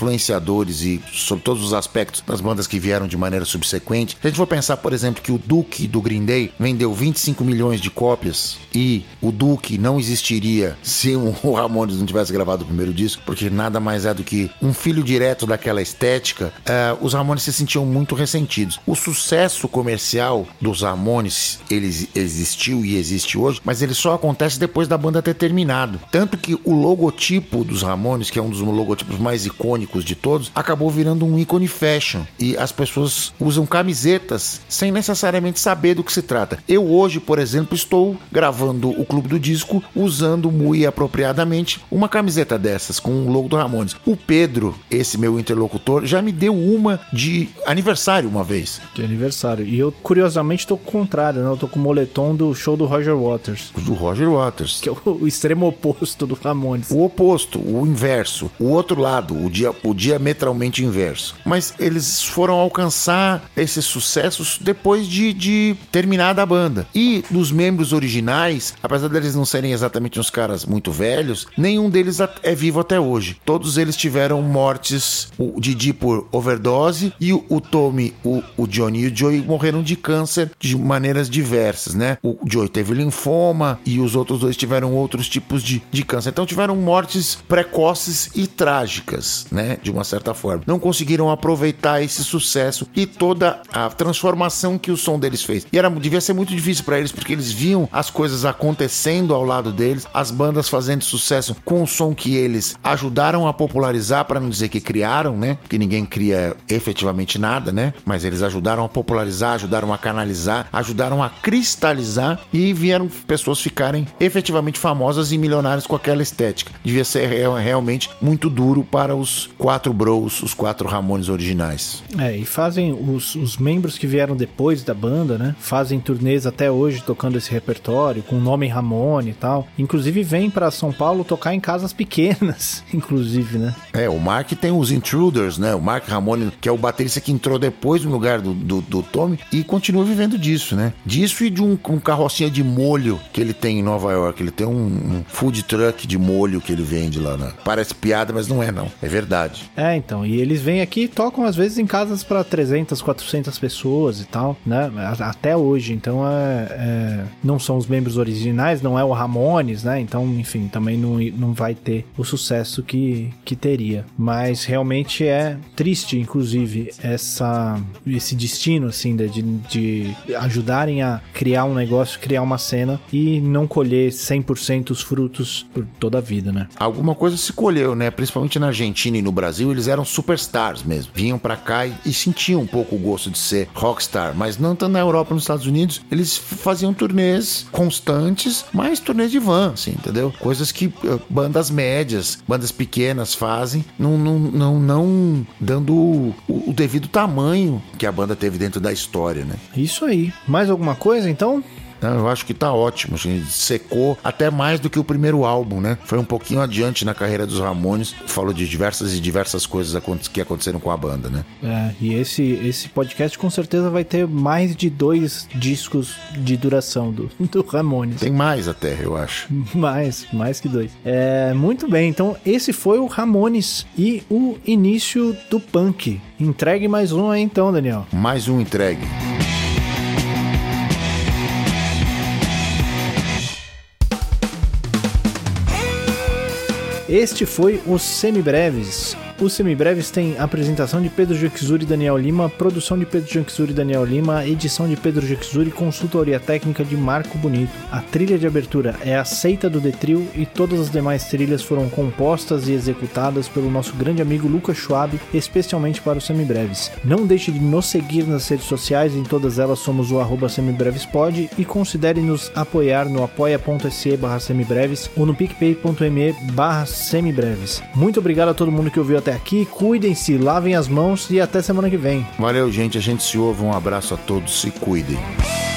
influenciadores e sobre todos os aspectos das bandas que vieram de maneira subsequente. Se a gente for pensar, por exemplo, que o Duke do Green Day vendeu vinte e cinco milhões de cópias e o Duke não existiria se o Ramones não tivesse gravado o primeiro disco, porque nada mais é do que um filho direto daquela estética, uh, os Ramones se sentiam muito ressentidos. O sucesso comercial dos Ramones, ele existiu e existe hoje, mas ele só acontece depois da banda ter terminado. Tanto que o logotipo dos Ramones, que é um dos logotipos mais icônicos de todos, acabou virando um ícone fashion. E as pessoas usam camisetas sem necessariamente saber do que se trata. Eu hoje, por exemplo, estou gravando o Clube do Disco usando muito apropriadamente uma camiseta dessas com o logo do Ramones. O Pedro, esse meu interlocutor, já me deu uma de aniversário uma vez. De aniversário. E eu, curiosamente, tô com o contrário, né? Eu tô com o moletom do show do Roger Waters. Do Roger Waters. Que é o, o extremo oposto do Ramones. O oposto, o inverso. O outro lado, o, dia, o diametralmente inverso. Mas eles foram alcançar esses sucessos depois de, de terminar da banda. E dos membros originais, apesar deles não serem exatamente uns caras muito velhos, nenhum deles é vivo até hoje. Todos eles tiveram mortes, o Didi por overdose e o, o Tommy, o, o Johnny e o Joey morreram de câncer de maneiras diversas, né? O Joey teve linfoma e os outros dois tiveram outros tipos de, de câncer. Então tiveram mortes precoces e trágicas, né? De uma certa forma. Não conseguiram aproveitar esse sucesso e toda a transformação que o som deles fez. E era, devia ser muito difícil para eles, porque eles viam as coisas acontecendo ao lado deles, as bandas fazendo sucesso com o som que eles ajudaram a popularizar, para não dizer que criaram, né? Porque ninguém cria efetivamente nada, né? Mas eles ajudaram a popularizar, ajudaram a canalizar, ajudaram a cristalizar e vieram pessoas ficarem efetivamente famosas e milionárias com aquela estética. Devia ser real, realmente muito duro para os quatro bros, os quatro Ramones originais. É, e fazem os, os membros que vieram depois da banda, né? Fazem turnês até hoje tocando esse repertório, com o nome Ramone e tal. Inclusive vem para São Paulo tocar em casas pequenas, inclusive, né? É, o Mark tem os Intruders, né? O Mark Ramone, que é o baterista que entrou depois no lugar do, do, do Tommy e continua vivendo disso, né? Disso e de um, um carrocinha de molho que ele tem em Nova York. Ele tem um, um food truck de molho que ele vende lá, né? Parece piada, mas não é, não. É verdade. É, então. E eles vêm aqui e tocam, às vezes, em casas para trezentas, quatrocentas pessoas e tal, né? Até hoje. Então, é, é, não são os membros originais, não é o Ramones, né? Então, enfim, também não, não vai ter o sucesso que, que teria. Mas realmente é triste, inclusive, essa, esse destino, assim, de, de ajudarem a criar um negócio, criar uma cena e não colher cem por cento os frutos por toda a vida, né? Alguma coisa se colheu, né? Principalmente na Argentina e no Brasil, eles eram superstars mesmo. Vinham pra cá e, e sentiam um pouco o gosto de ser rockstar, mas não tanto na Europa, nos Estados Unidos, eles faziam turnês constantes, mas turnês de van, assim, entendeu? Coisas que uh, bandas médias, bandas pequenas fazem, não, não, não, não dando o, o devido tamanho que a banda teve dentro da história, né? Isso aí. Mais alguma coisa, então? Eu acho que tá ótimo, a gente secou até mais do que o primeiro álbum, né? Foi um pouquinho adiante na carreira dos Ramones, falou de diversas e diversas coisas que aconteceram com a banda, né? É, e esse, esse podcast com certeza vai ter mais de dois discos de duração do, do Ramones. Tem mais até, eu acho. Mais, mais que dois. É, muito bem, então esse foi o Ramones e o início do punk. Entregue mais um aí então, Daniel. Mais um entregue. Este foi o Semibreves. O Semibreves tem apresentação de Pedro Janquizuri e Daniel Lima, produção de Pedro Janquizuri e Daniel Lima, edição de Pedro Janquizuri e consultoria técnica de Marco Bonito. A trilha de abertura é a Seita do Detril e todas as demais trilhas foram compostas e executadas pelo nosso grande amigo Lucas Schwab, especialmente para o Semibreves. Não deixe de nos seguir nas redes sociais, em todas elas somos o arroba semibrevespod, e considere nos apoiar no apoia.se barra semibreves ou no picpay.me barra semibreves. Muito obrigado a todo mundo que ouviu até aqui, cuidem-se, lavem as mãos e até semana que vem. Valeu, gente, a gente se ouve, um abraço a todos, se cuidem.